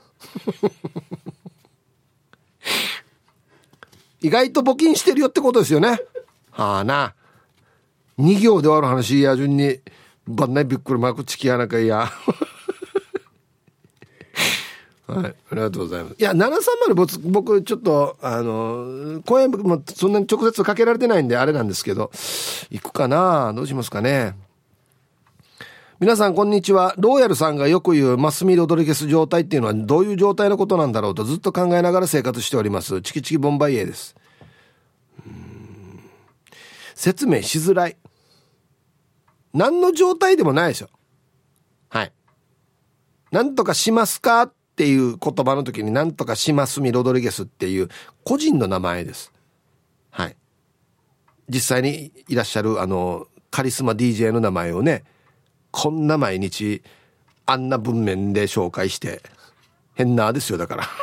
意外と募金してるよってことですよね。はあなに行で終わる話や順にばんないびっくりマークチキやなかいやはいありがとうございます。いやななさんまる僕、僕ちょっとあの声もそんなに直接かけられてないんであれなんですけど行くかな。どうしますかね。皆さんこんにちは。ローヤルさんがよく言うマスミロドリゲス状態っていうのはどういう状態のことなんだろうとずっと考えながら生活しておりますチキチキボンバイエーです。うーん説明しづらい。何の状態でもないでしょ。はいなんとかしますかっていう言葉の時になんとかしますミロドリゲスっていう個人の名前です。はい実際にいらっしゃるあのカリスマ ディージェー の名前をねこんな毎日あんな文面で紹介して変なですよ。だから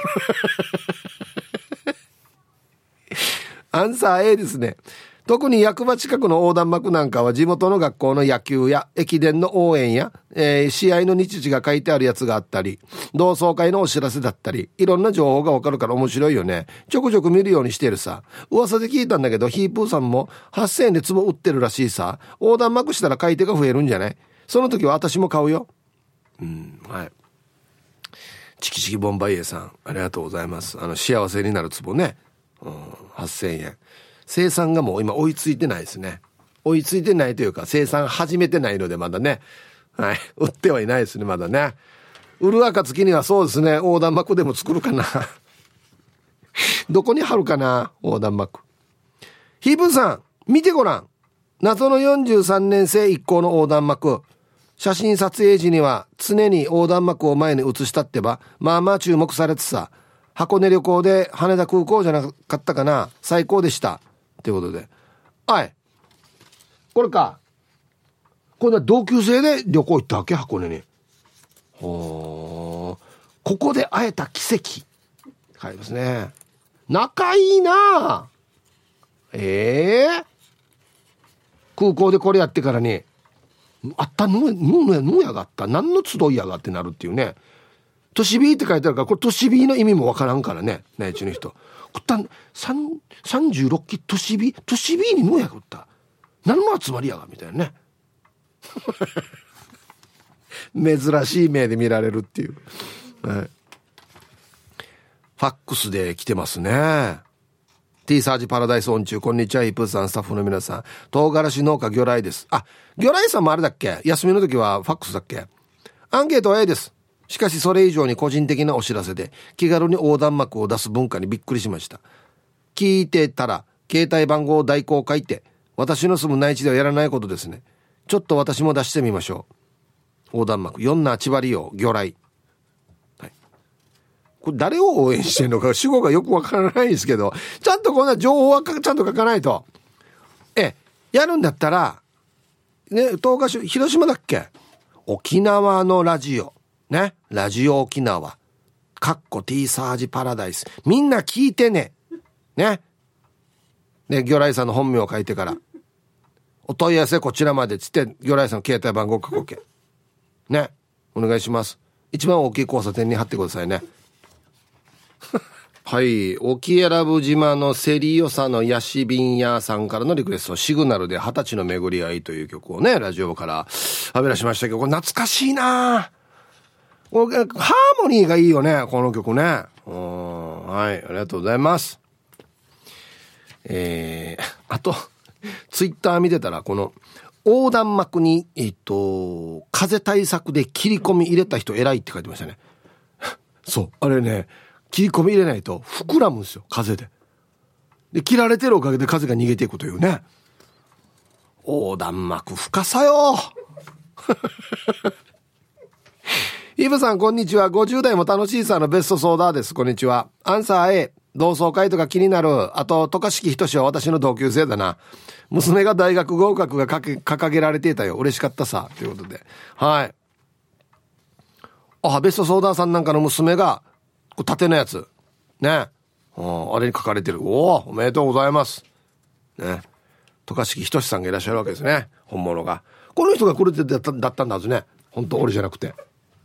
アンサー A ですね。特に役場近くの横断幕なんかは地元の学校の野球や駅伝の応援や、えー、試合の日時が書いてあるやつがあったり同窓会のお知らせだったりいろんな情報がわかるから面白いよね。ちょくちょく見るようにしてるさ。噂で聞いたんだけどヒープーさんもはっせんえんで壺売ってるらしいさ。横断幕したら買い手が増えるんじゃない。その時は私も買うよ。うんはいチキチキボンバイエさんありがとうございます。あの幸せになる壺ね、うん、はっせんえん生産がもう今追いついてないですね。追いついてないというか生産始めてないのでまだねはい売ってはいないですねまだね。売る暁にはそうですね横断幕でも作るかなどこに貼るかな横断幕。ヒープーさん見てごらん。謎のよんじゅうさんねん生一行の横断幕。写真撮影時には常に横断幕を前に写したってばまあまあ注目されてさ。箱根旅行で羽田空港じゃなかったかな最高でしたってことで。はいこれか。これは同級生で旅行行ったわけ箱根に。ほーここで会えた奇跡書いてますね。仲いいな。ええー、空港でこれやってからにあったのののやがあった何の集いやがってなるっていうね。都市 B って書いてあるからこれ都市 B の意味もわからんからね内地の人ったんさんじゅうろっき都市日都市日にもや食った何の集まりやがみたいなね珍しい目で見られるっていう、はい、ファックスで来てますね。 T サージパラダイスオン中、こんにちは。イプーさん、スタッフの皆さん、唐辛子農家魚雷です。あ、魚雷さんもあれだっけ、休みの時はファックスだっけ。アンケートは A です。しかしそれ以上に個人的なお知らせで気軽に横断幕を出す文化にびっくりしました。聞いてたら携帯番号代行を書いて、私の住む内地ではやらないことですね。ちょっと私も出してみましょう。横断幕よんなちばりよ魚雷、はい、これ誰を応援してんのか主語がよくわからないですけど、ちゃんとこんな情報はちゃんと書かないと。えやるんだったらね、東海市広島だっけ、沖縄のラジオね、ラジオ沖縄かっこ T サージパラダイス、みんな聞いてねね。で魚雷さんの本名を書いてからお問い合わせこちらまでつって魚雷さんの携帯番号書こうけね、お願いします。一番大きい交差点に貼ってくださいねはい、沖永良部島のセリヨサのヤシビンヤさんからのリクエスト、シグナルで二十歳の巡り合いという曲をね、ラジオからはべらしましたけど、これ懐かしいな。ハーモニーがいいよね、この曲ね。うん、はい、ありがとうございます。えー、あとツイッター見てたら、この横断幕に、えっと、風対策で切り込み入れた人偉いって書いてましたねそう、あれね、切り込み入れないと膨らむんですよ、風で。で切られてるおかげで風が逃げていくというね。横断幕深さよイブさん、こんにちは。ごじゅう代も楽しいさのベストソーダーです。こんにちは。アンサー A、 同窓会とか気になる。あと渡嘉敷仁は私の同級生だな。娘が大学合格がかけ掲げられていたよ。嬉しかったさ、ということで、はい。あ、ベストソーダーさんなんかの娘が縦のやつね、あれに書かれてる。おお、おめでとうございますね。渡嘉敷仁さんがいらっしゃるわけですね、本物が。この人がこれでだったんだったんだはずね。本当俺じゃなくて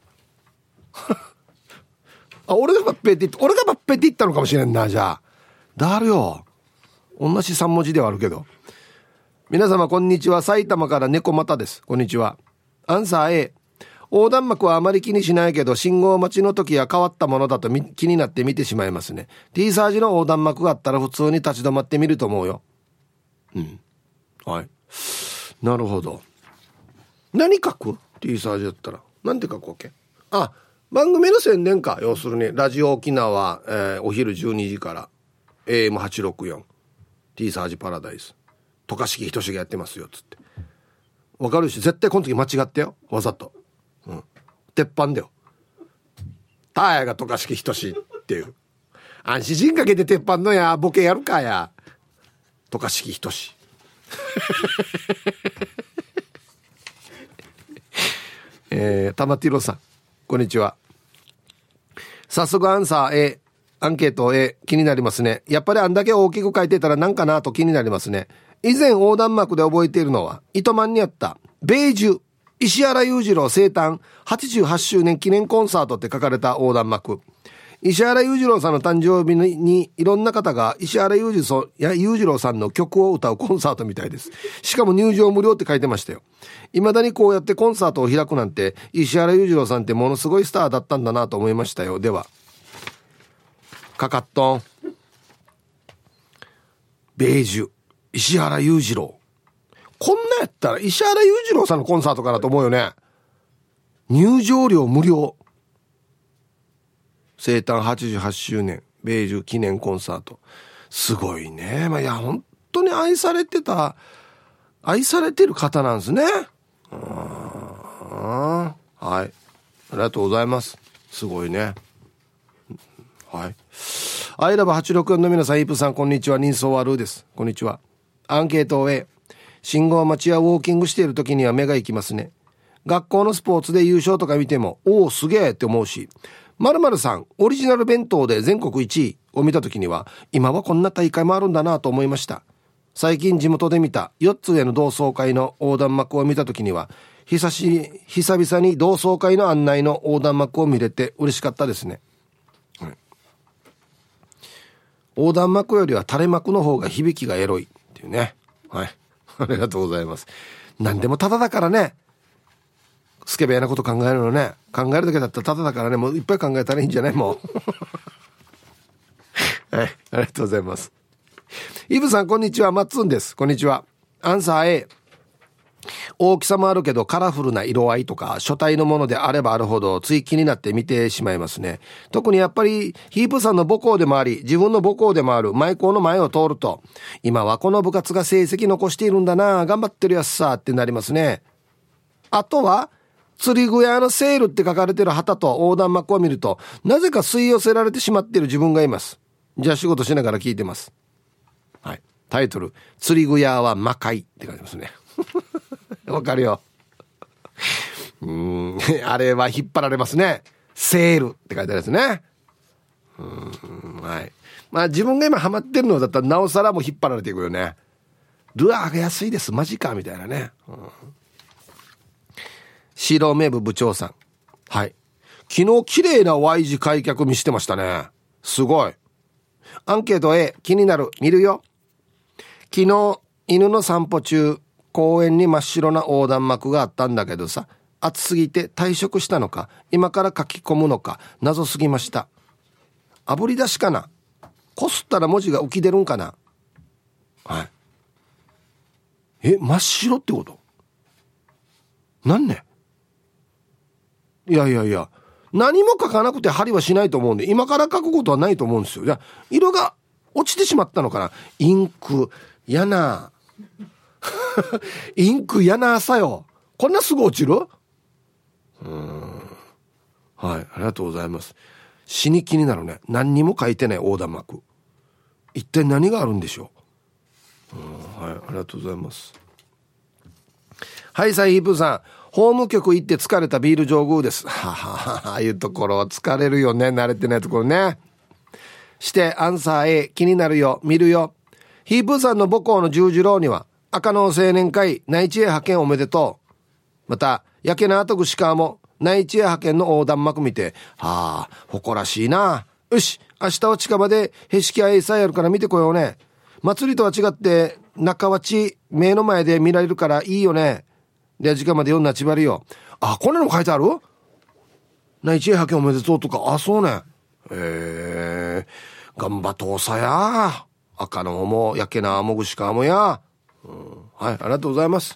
あ、俺がバッペって言って俺がバッペって言ったのかもしれんな。じゃあだるよ、同じさん文字ではあるけど。皆様こんにちは。埼玉から猫又です。こんにちは。アンサー A、 横断幕はあまり気にしないけど信号待ちの時は変わったものだと気になって見てしまいますね。 T サージの横断幕があったら普通に立ち止まってみると思うよ。うん、はい、なるほど。何書く？ T サージだったらなんて書くわけ？あ、番組の宣伝か。要するにラジオ沖縄、えー、お昼じゅうにじから エーエムはちろくよん T サージパラダイス渡嘉敷仁がやってますよつって。わかるし、絶対この時間違ってよ、わざと。うん、鉄板だよ。ターヤが渡嘉敷仁っていう安心人かけて鉄板のやボケやるかや渡嘉敷仁えー、玉ティロさん、こんにちは。早速アンサー A、 アンケート A、 気になりますね。やっぱりあんだけ大きく書いてたらなんかなと気になりますね。以前横断幕で覚えているのは糸満にあったベージュ石原裕次郎生誕はちじゅうはちしゅうねん記念コンサートって書かれた横断幕。石原裕次郎さんの誕生日にいろんな方が石原裕次郎、や裕次郎さんの曲を歌うコンサートみたいです。しかも入場無料って書いてましたよ。未だにこうやってコンサートを開くなんて、石原裕次郎さんってものすごいスターだったんだなと思いましたよ。ではかかっとんベージュ石原裕次郎、こんなやったら石原裕次郎さんのコンサートかなと思うよね。入場料無料、生誕はちじゅうはちしゅうねんベージュ記念コンサート、すごいね。まあ、いや本当に愛されてた愛されてる方なんですね。うん、はい、ありがとうございます。すごいね。はい、アイラブはちろくよんの皆さん、イープさんこんにちは。人相悪うです。こんにちは。アンケートを A、 信号待ちやウォーキングしている時には目が行きますね。学校のスポーツで優勝とか見てもおおすげえって思うし、〇〇さんオリジナル弁当で全国いちいを見た時には今はこんな大会もあるんだなと思いました。最近地元で見たよっつ上の同窓会の横断幕を見た時には久し久々に同窓会の案内の横断幕を見れて嬉しかったですね。はい、 横断幕よりは垂れ幕の方が響きがエロいっていうね。はい。ありがとうございます。何でもタダだからね。スケベなこと考えるのね。考えるだけだったらタダだからね。もういっぱい考えたらいいんじゃないもう。はい。ありがとうございます。イブさんこんにちは。マッツンです。こんにちは。アンサー A。大きさもあるけどカラフルな色合いとか書体のものであればあるほどつい気になって見てしまいますね。特にやっぱりヒープさんの母校でもあり自分の母校でもある舞校の前を通ると今はこの部活が成績残しているんだな頑張ってるやつさってなりますね。あとは釣り具屋のセールって書かれてる旗と横断幕を見るとなぜか吸い寄せられてしまっている自分がいます。じゃあ仕事しながら聞いてます。はい。タイトル釣り具屋は魔界って書いてますね。わかるよ。うーんあれは引っ張られますね。セールって書いてあるやつね。うーんはい。まあ自分が今ハマってるのだったらなおさらもう引っ張られていくよね。ルアーが安いですマジかみたいなね。うん、白目部部長さん。はい。昨日綺麗な Y 字開脚見してましたね。すごい。アンケート A 気になる見るよ。昨日犬の散歩中公園に真っ白な横断幕があったんだけどさ暑すぎて退職したのか今から書き込むのか謎すぎました。炙り出しかなこすったら文字が浮き出るんかな。はいえ真っ白ってことなんねいやいやいや何も書かなくて針はしないと思うんで今から書くことはないと思うんですよ。いや色が落ちてしまったのかな。インクやなインクやなさよこんなすぐ落ちる。うーんはいありがとうございます。死に気になるね。何にも書いてない横断幕一体何があるんでしょう。うんはいありがとうございます。はいサイヒープーさん法務局行って疲れたビール上宮です。はははああいうところは疲れるよね慣れてないところね。してアンサー A 気になるよ見るよ。ヒープーさんの母校の十字路には赤の青年会内地へ派遣おめでとう。また焼けなあと串川も内地へ派遣の横断幕見てはあ誇らしいな。よし明日は近場でへしきあいさえやるから見てこようね。祭りとは違って中はち目の前で見られるからいいよね。で時間まで読んだちばりよ。あこんなの書いてある内地へ派遣おめでとうとかあそうねへえ頑張とうさや赤のも焼けなも串川もや、うん、はいありがとうございます。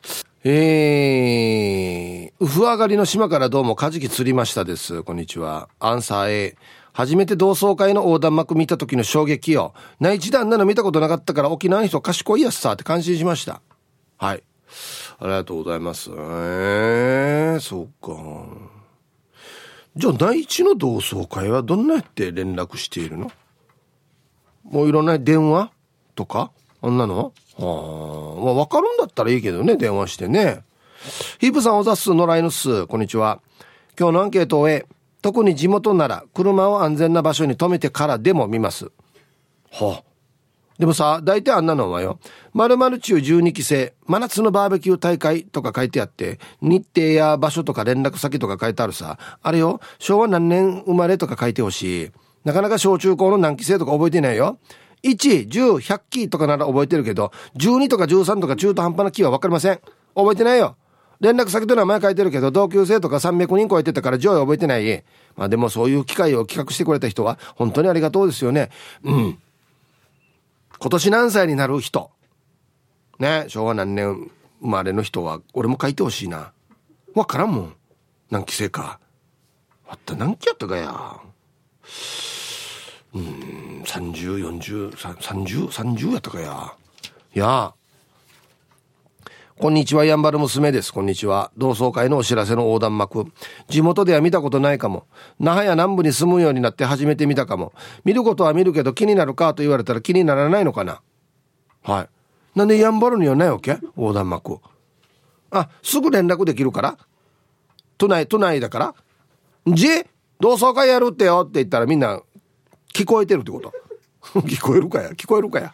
えー、ウフ上がりの島からどうもカジキ釣りましたです。こんにちは。アンサー A 初めて同窓会の横断幕見た時の衝撃よ。内地であんなの見たことなかったから沖縄の人賢いやつさって感心しました。はいありがとうございます。えー、そうか。じゃあ内地の同窓会はどんなやって連絡しているの。もういろんな電話とかあんなのはあ、まあ、分かるんだったらいいけどね電話してね。ヒープさんおざっすのらいのすこんにちは。今日のアンケートを終え特に地元なら車を安全な場所に止めてからでも見ます。はあでもさ大体あんなのはよ〇〇中じゅうにきせい真夏のバーベキュー大会とか書いてあって日程や場所とか連絡先とか書いてあるさあれよしょうわ何年生まれとか書いてほしい。なかなか小中高の何期生とか覚えてないよ。いち、じゅう、ひゃく期とかなら覚えてるけどじゅうにとかじゅうさんとか中途半端な期は分かりません。覚えてないよ。連絡先と名前書いてるけど同級生とかさんびゃくにん超えてたから上位覚えてない。まあでもそういう機会を企画してくれた人は本当にありがとうですよね。うん今年何歳になる人ね昭和何年生まれの人は俺も書いてほしいな。わからんもん何期生かあった何期やったかやうーんさんじゅう、よんじゅう、さんじゅう、さんじゅうやったかやいやこんにちはやんばる娘です。こんにちは。同窓会のお知らせの横断幕地元では見たことないかも。那覇や南部に住むようになって初めて見たかも。見ることは見るけど気になるかと言われたら気にならないのかな。はいなんでやんばるにはないわけ横断幕。あすぐ連絡できるから都内都内だからじ同窓会やるってよって言ったらみんな聞こえてるってこと聞こえるかや聞こえるかや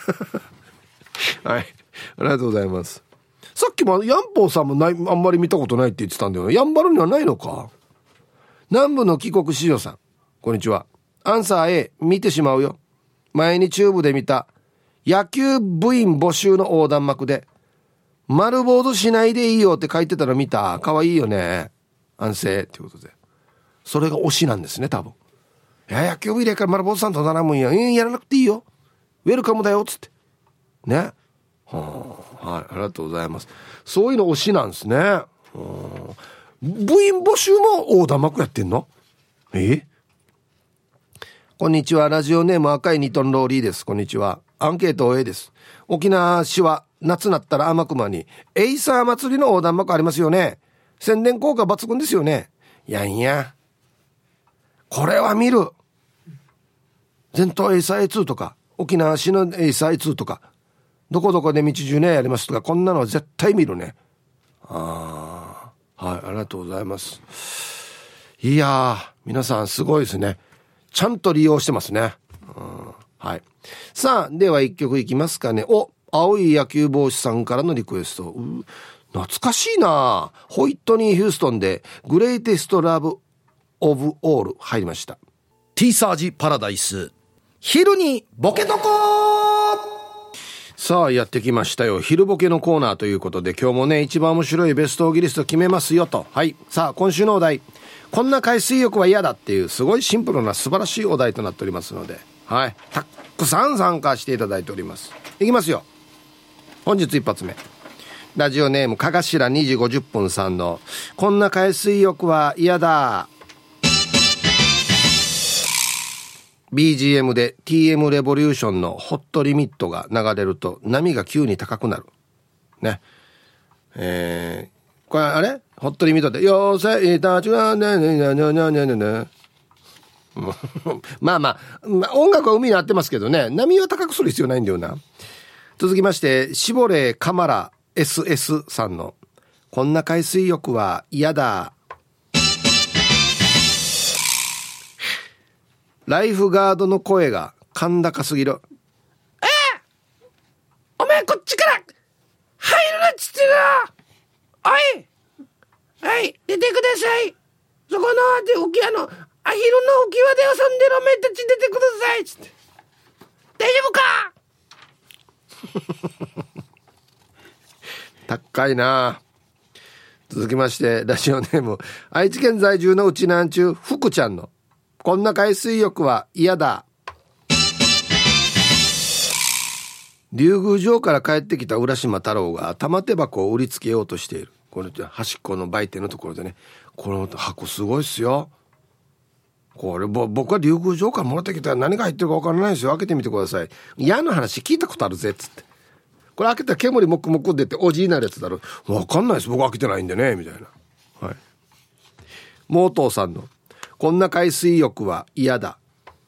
はいありがとうございます。さっきもヤンポーさんもないあんまり見たことないって言ってたんだよ。やんばるにはないのか。南部の帰国子女さんこんにちは。アンサー A 見てしまうよ。 前にチューブで見た野球部員募集の横断幕で丸坊主しないでいいよって書いてたの見た。かわいいよね。安静っていうことで、それが推しなんですね多分。いや野球部入れから丸坊主さんとならんもんや、うんやらなくていいよ、ウェルカムだよっつってね。はあ、はい、ありがとうございます。そういうの推しなんですね。はあ、部員募集も横断幕やってんの？え？こんにちは、ラジオネーム赤いニトンローリーです。こんにちは。アンケート A です。沖縄市は夏なったら天熊にエイサー祭りの横断幕ありますよね。宣伝効果抜群ですよね。いやいや、これは見る。全島エイサー エーツー とか沖縄市のエイサー エーツー とかどこどこで道じゅうねやりますとか、こんなのは絶対見るね。ああ、はい、ありがとうございます。いやー、皆さんすごいですね。ちゃんと利用してますね。うん、はい。さあ、では一曲いきますかね。お、青い野球帽子さんからのリクエスト。う、懐かしいな。ホイットニー・ヒューストンでグレイテスト・ラブ・オブ・オール入りました。 T サージパラダイス、昼にボケとこ。 さあやってきましたよ、昼ボケのコーナーということで、今日もね一番面白いベストオギリスト決めますよと。はい、さあ今週のお題、こんな海水浴は嫌だっていうすごいシンプルな素晴らしいお題となっておりますので、はい、たくさん参加していただいております。いきますよ。本日一発目、ラジオネームかがしらにじごじゅっぷんさんのこんな海水浴は嫌だ。 ビージーエム で ティーエム レボリューションのホットリミットが流れると波が急に高くなるね。えー、これあれホットリミットで妖精たちはねねねねねねねねまあまあ、まあ、音楽は海に合ってますけどね、波は高くする必要ないんだよな。続きまして、シボレーカマラ エスエス さんのこんな海水浴は嫌だ。ライフガードの声が甲高すぎる。えー、お前こっちから入るなっつってな。おいはい、出てください。そこので浮き輪のアヒルの浮き輪で遊んでるお前たち出てくださいっつって。大丈夫か高いな。続きまして、ラジオネーム愛知県在住のうちなんちゅう福ちゃんのこんな海水浴は嫌だ。竜宮城から帰ってきた浦島太郎が玉手箱を売りつけようとしている。これ端っこの売店のところでね、この箱すごいっすよ。これ僕は竜宮城からもらってきたら何が入ってるか分からないですよ。開けてみてください。嫌な話聞いたことあるぜっつって、これ開けたら煙もくもく出ておじいなるやつだろ。分かんないです、僕開けてないんでねみたいな。はい、モートーさんのこんな海水浴は嫌だ。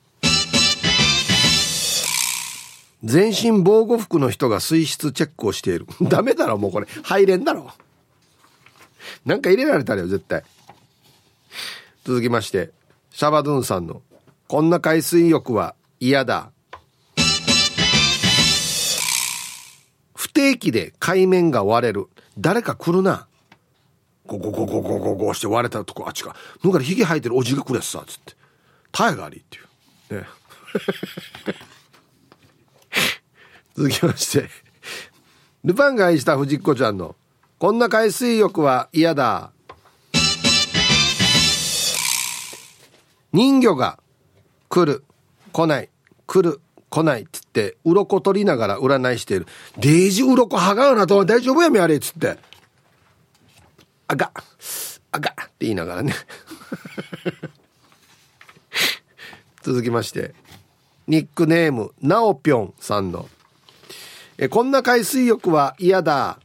全身防護服の人が水質チェックをしている。ダメだろ、もうこれ入れんだろ。なんか入れられたらよ絶対。続きまして、シャバドゥンさんのこんな海水浴は嫌だ。不定期で海面が割れる。誰か来るな。ゴゴゴゴゴゴゴして割れたとこ、あっちかだからひげ生えてるおじが来るやつさつってタイガーリーっていうね。続きまして、ルパンが愛した藤子ちゃんのこんな海水浴は嫌だ。人魚が来る来ない来る来ないっつって鱗取りながら占いしている。デージ鱗はがうなと大丈夫やめあれっつってあがあがって言いながらね。続きまして、ニックネームなおぴょんさんのえこんな海水浴は嫌だ。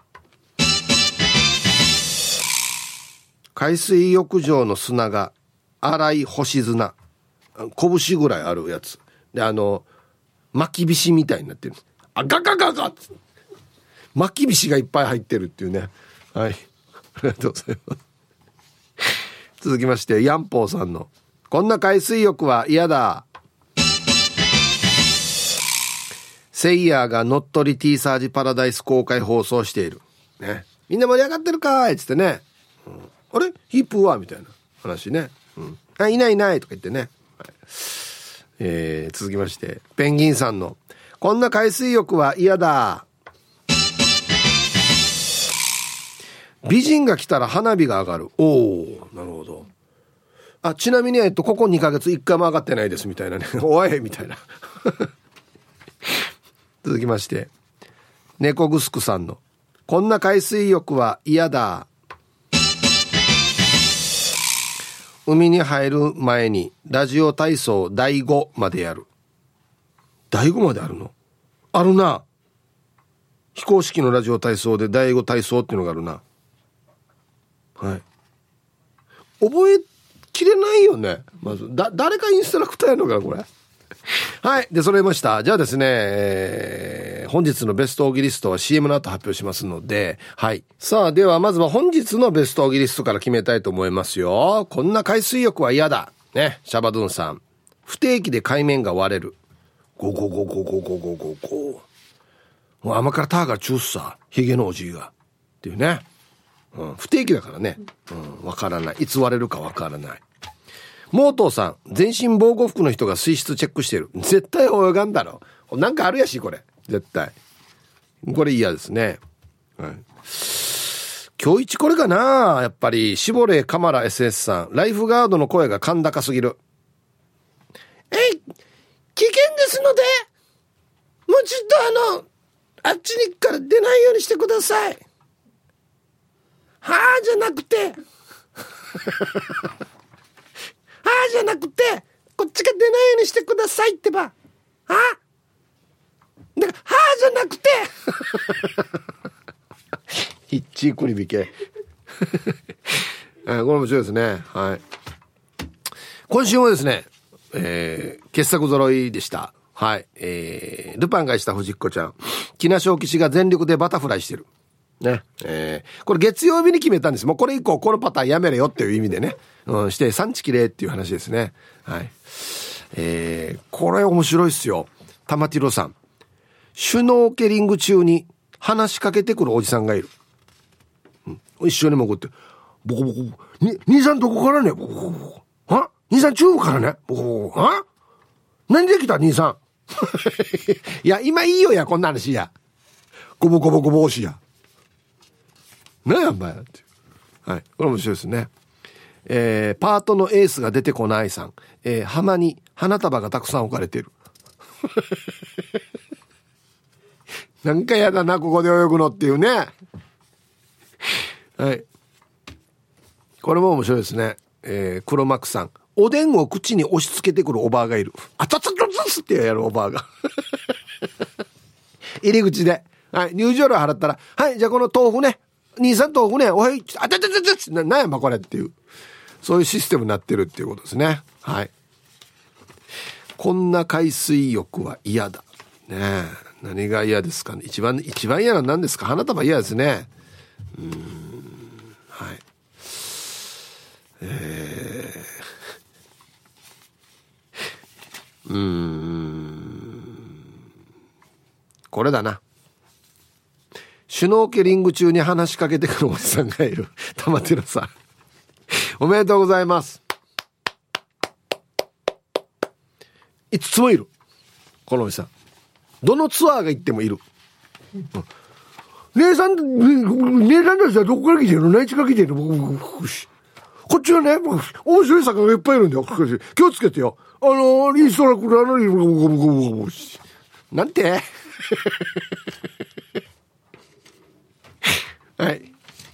海水浴場の砂が粗い星砂、拳ぐらいあるやつで、あの巻き菱みたいになってる。あガガガガッ巻き菱がいっぱい入ってるっていうね。はい、ありがとうございます。続きまして、ヤンポーさんのこんな海水浴は嫌だ。セイヤーが乗っ取り T サージパラダイス公開放送している、ね、みんな盛り上がってるかーいっつってね、うん、あれヒップはみたいな話ね、うん、あいないいないとか言ってね、はい、 えー、続きましてペンギンさんのこんな海水浴は嫌だ。美人が来たら花火が上がる。おお、なるほど。あ、ちなみにえっとここにかげついっかいも上がってないですみたいなね。おいみたいな続きまして猫ぐすくさんのこんな海水浴は嫌だ。海に入る前にラジオ体操だいごまでやる。だいごまであるの？あるな。非公式のラジオ体操でだいご体操っていうのがあるな。はい。覚えきれないよね。まずだ誰かインストラクターやるのかなこれ。はい。で揃いました。じゃあですね、えー、本日のベストオギリストは シーエム の後発表しますので、はい。さあではまずは本日のベストオギリストから決めたいと思いますよ。こんな海水浴は嫌だね。シャバドゥンさん、不定期で海面が割れる。ゴゴゴゴゴゴゴゴゴ。もう甘からターがチュースさヒゲのおじいがっていうね、うん、不定期だからね、うん、わからない。いつ割れるかわからない。モートーさん、全身防護服の人が水質チェックしてる。絶対泳がんだろ。なんかあるやしこれ絶対。これ嫌ですね。はい。今日一これかな。やっぱりシボレーカマラ エスエス さん、ライフガードの声が甲高すぎる。えい、危険ですのでもうちょっとあのあっちにから出ないようにしてください。はあじゃなくてはあじゃなくてこっちが出ないようにしてくださいってば。はあだからはあじゃなくてヒッチークリビケこれ面白いですね。はい。今週もですね、えー、傑作揃いでした。はい。えー、ルパンがした藤子ちゃん、木梨小吉が全力でバタフライしてるね。えー、これ月曜日に決めたんです。もうこれ以降このパターンやめれよっていう意味でね、うん、して産地きれいっていう話ですね。はい。えー、これ面白いっすよ。玉ティロさん、シュノーケリング中に話しかけてくるおじさんがいる。うん、一緒に潜ってボコボコに兄さんどこからねボコボコは兄さん中部からねボコボコは何できた兄さんいや今いいよやこんな話やゴボゴボゴボ押しや何やんばやって。はい、これ面白いですね。えー、パートのエースが出てこないさん、えー、浜に花束がたくさん置かれているなんかやだなここで泳ぐのっていうね。はい、これも面白いですね。えー、黒幕さん、おでんを口に押し付けてくるおばあがいる。あたたたたつってやるおばあが入り口で、はい、入場料払ったら、はいじゃあこの豆腐ね兄さん豆腐ねおはいあたたたたつな、なんやばこれっていう、そういうシステムになってるっていうことですね。はい。こんな海水浴は嫌だね。え何が嫌ですかね。一番一番嫌なの何ですか。花束嫌ですね。うーん、はい。えー、うーんこれだな。シュノーケリング中に話しかけてくるおじさんがいる。玉寺さんおめでとうございます。いつつもいるこのおじさん。どのツアーが行ってもいる、うん、姉さん姉さんたちはどこから来てるの何地から来てるの。こっちはね面白い魚がいっぱいいるんだよ。気をつけてよ。あのインストラクターのなんてはい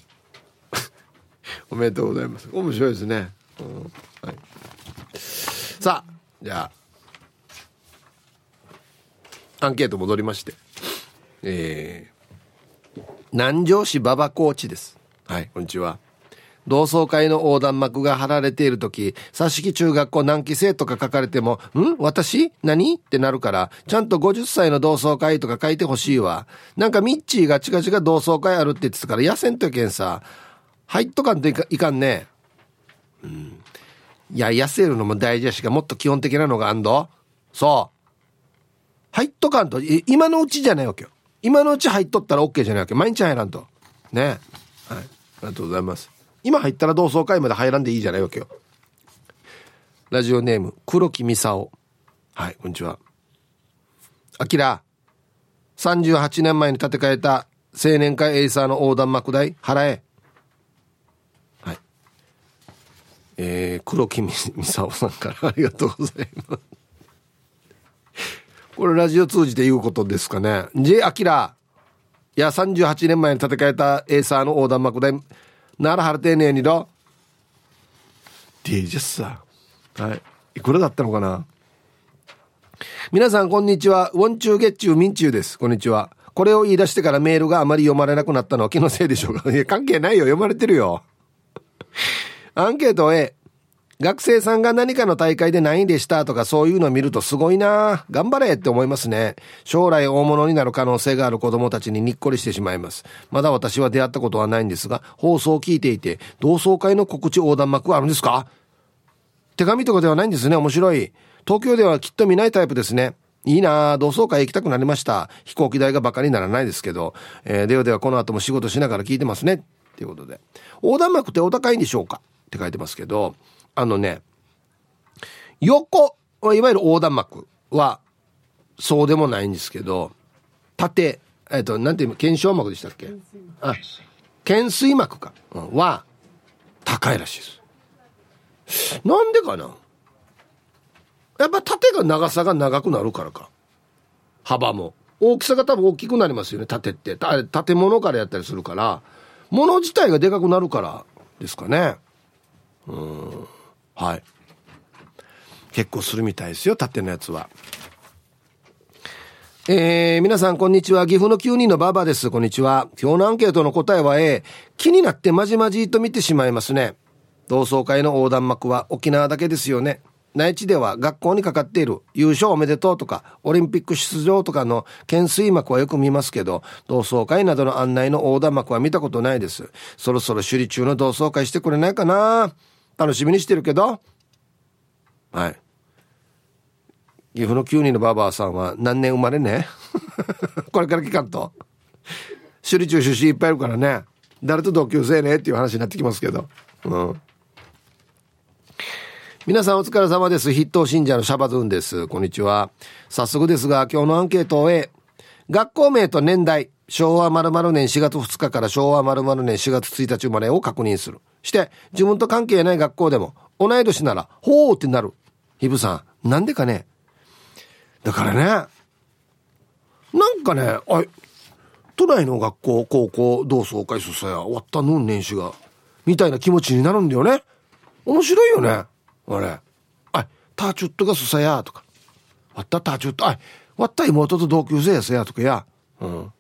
おめでとうございます。面白いですね、うん、はい、さあじゃあアンケート戻りまして、えー、南城市馬場コーチです。はい、こんにちは。同窓会の横断幕が貼られているとき、佐敷中学校何期生とか書かれても、ん私何ってなるから、ちゃんとごじゅっさいの同窓会とか書いてほしいわ。なんかミッチーが近々同窓会あるって言ってたから、やせんといけんさ。入っとかんといか、いかんね。うん。いや、痩せるのも大事やしが、もっと基本的なのがあんど。そう。入っとかんと、今のうちじゃないわけよ。今のうち入っとったら OK じゃないわけ。毎日入らんと。ね。はい。ありがとうございます。今入ったら同窓会まで入らんでいいじゃないわけよ。ラジオネーム黒木美沙夫。 はい、こんにちは。あきら、さんじゅうはちねんまえに建て替えた青年会エイサーの横断幕代払え。はい、えー、黒木みさおさんからありがとうございますこれラジオ通じて言うことですかね。 J アキラ、いやさんじゅうはちねんまえに建て替えたエイサーの横断幕代なら払ってねえにど ディージェー さ、はい、いくらだったのかな。皆さんこんにちは。ウォンチューゲッチューミンチューです。こんにちは。これを言い出してからメールがあまり読まれなくなったのは気のせいでしょうか。いや関係ないよ、読まれてるよアンケート A、 学生さんが何かの大会で何位でしたとかそういうのを見るとすごいな、頑張れって思いますね。将来大物になる可能性がある子供たちににっこりしてしまいます。まだ私は出会ったことはないんですが、放送を聞いていて同窓会の告知横断幕はあるんですか。手紙とかではないんですね。面白い。東京ではきっと見ないタイプですね。いいな、同窓会行きたくなりました。飛行機代がバカにならないですけど、えー、ではではこの後も仕事しながら聞いてますねということで、横断幕ってお高いんでしょうかって書いてますけど、あのね、横いわゆる横断幕はそうでもないんですけど、縦、えっとなんていうの、懸賞幕でしたっけ、あ、懸垂幕か、うん、は高いらしいです。なんでかな。やっぱ縦が長さが長くなるからか、幅も大きさが多分大きくなりますよね。縦って建物からやったりするから、物自体がでかくなるからですかね。うーん、はい、結構するみたいですよ、縦のやつは。えー、皆さんこんにちは。岐阜のきゅうにんのバーバーです。こんにちは。今日のアンケートの答えは A、 気になってまじまじと見てしまいますね。同窓会の横断幕は沖縄だけですよね。内地では学校にかかっている優勝おめでとうとかオリンピック出場とかの懸垂幕はよく見ますけど、同窓会などの案内の横断幕は見たことないです。そろそろ首里中の同窓会してくれないかな、楽しみにしてるけど。はい、岐阜のきゅうにんのバーバーさんは何年生まれねこれから聞かんと、首里中出身いっぱいいるからね、誰と同級生ねっていう話になってきますけど、うん。皆さんお疲れ様です。筆頭信者のシャバズーンです。こんにちは。早速ですが今日のアンケートを A、 学校名と年代、昭和〇〇年しがつふつかから昭和〇〇年しがつついたち生まれを確認する。して自分と関係ない学校でも同い年ならほーってなる。ヒブさんなんでかね。だからね、なんかね、あい都内の学校高校同窓会そさや終わったのん年始がみたいな気持ちになるんだよね。面白いよね。あれ、あいターチュットがそさやとか、わったターチュット、あいわった妹と同級生やさやとかや、うん、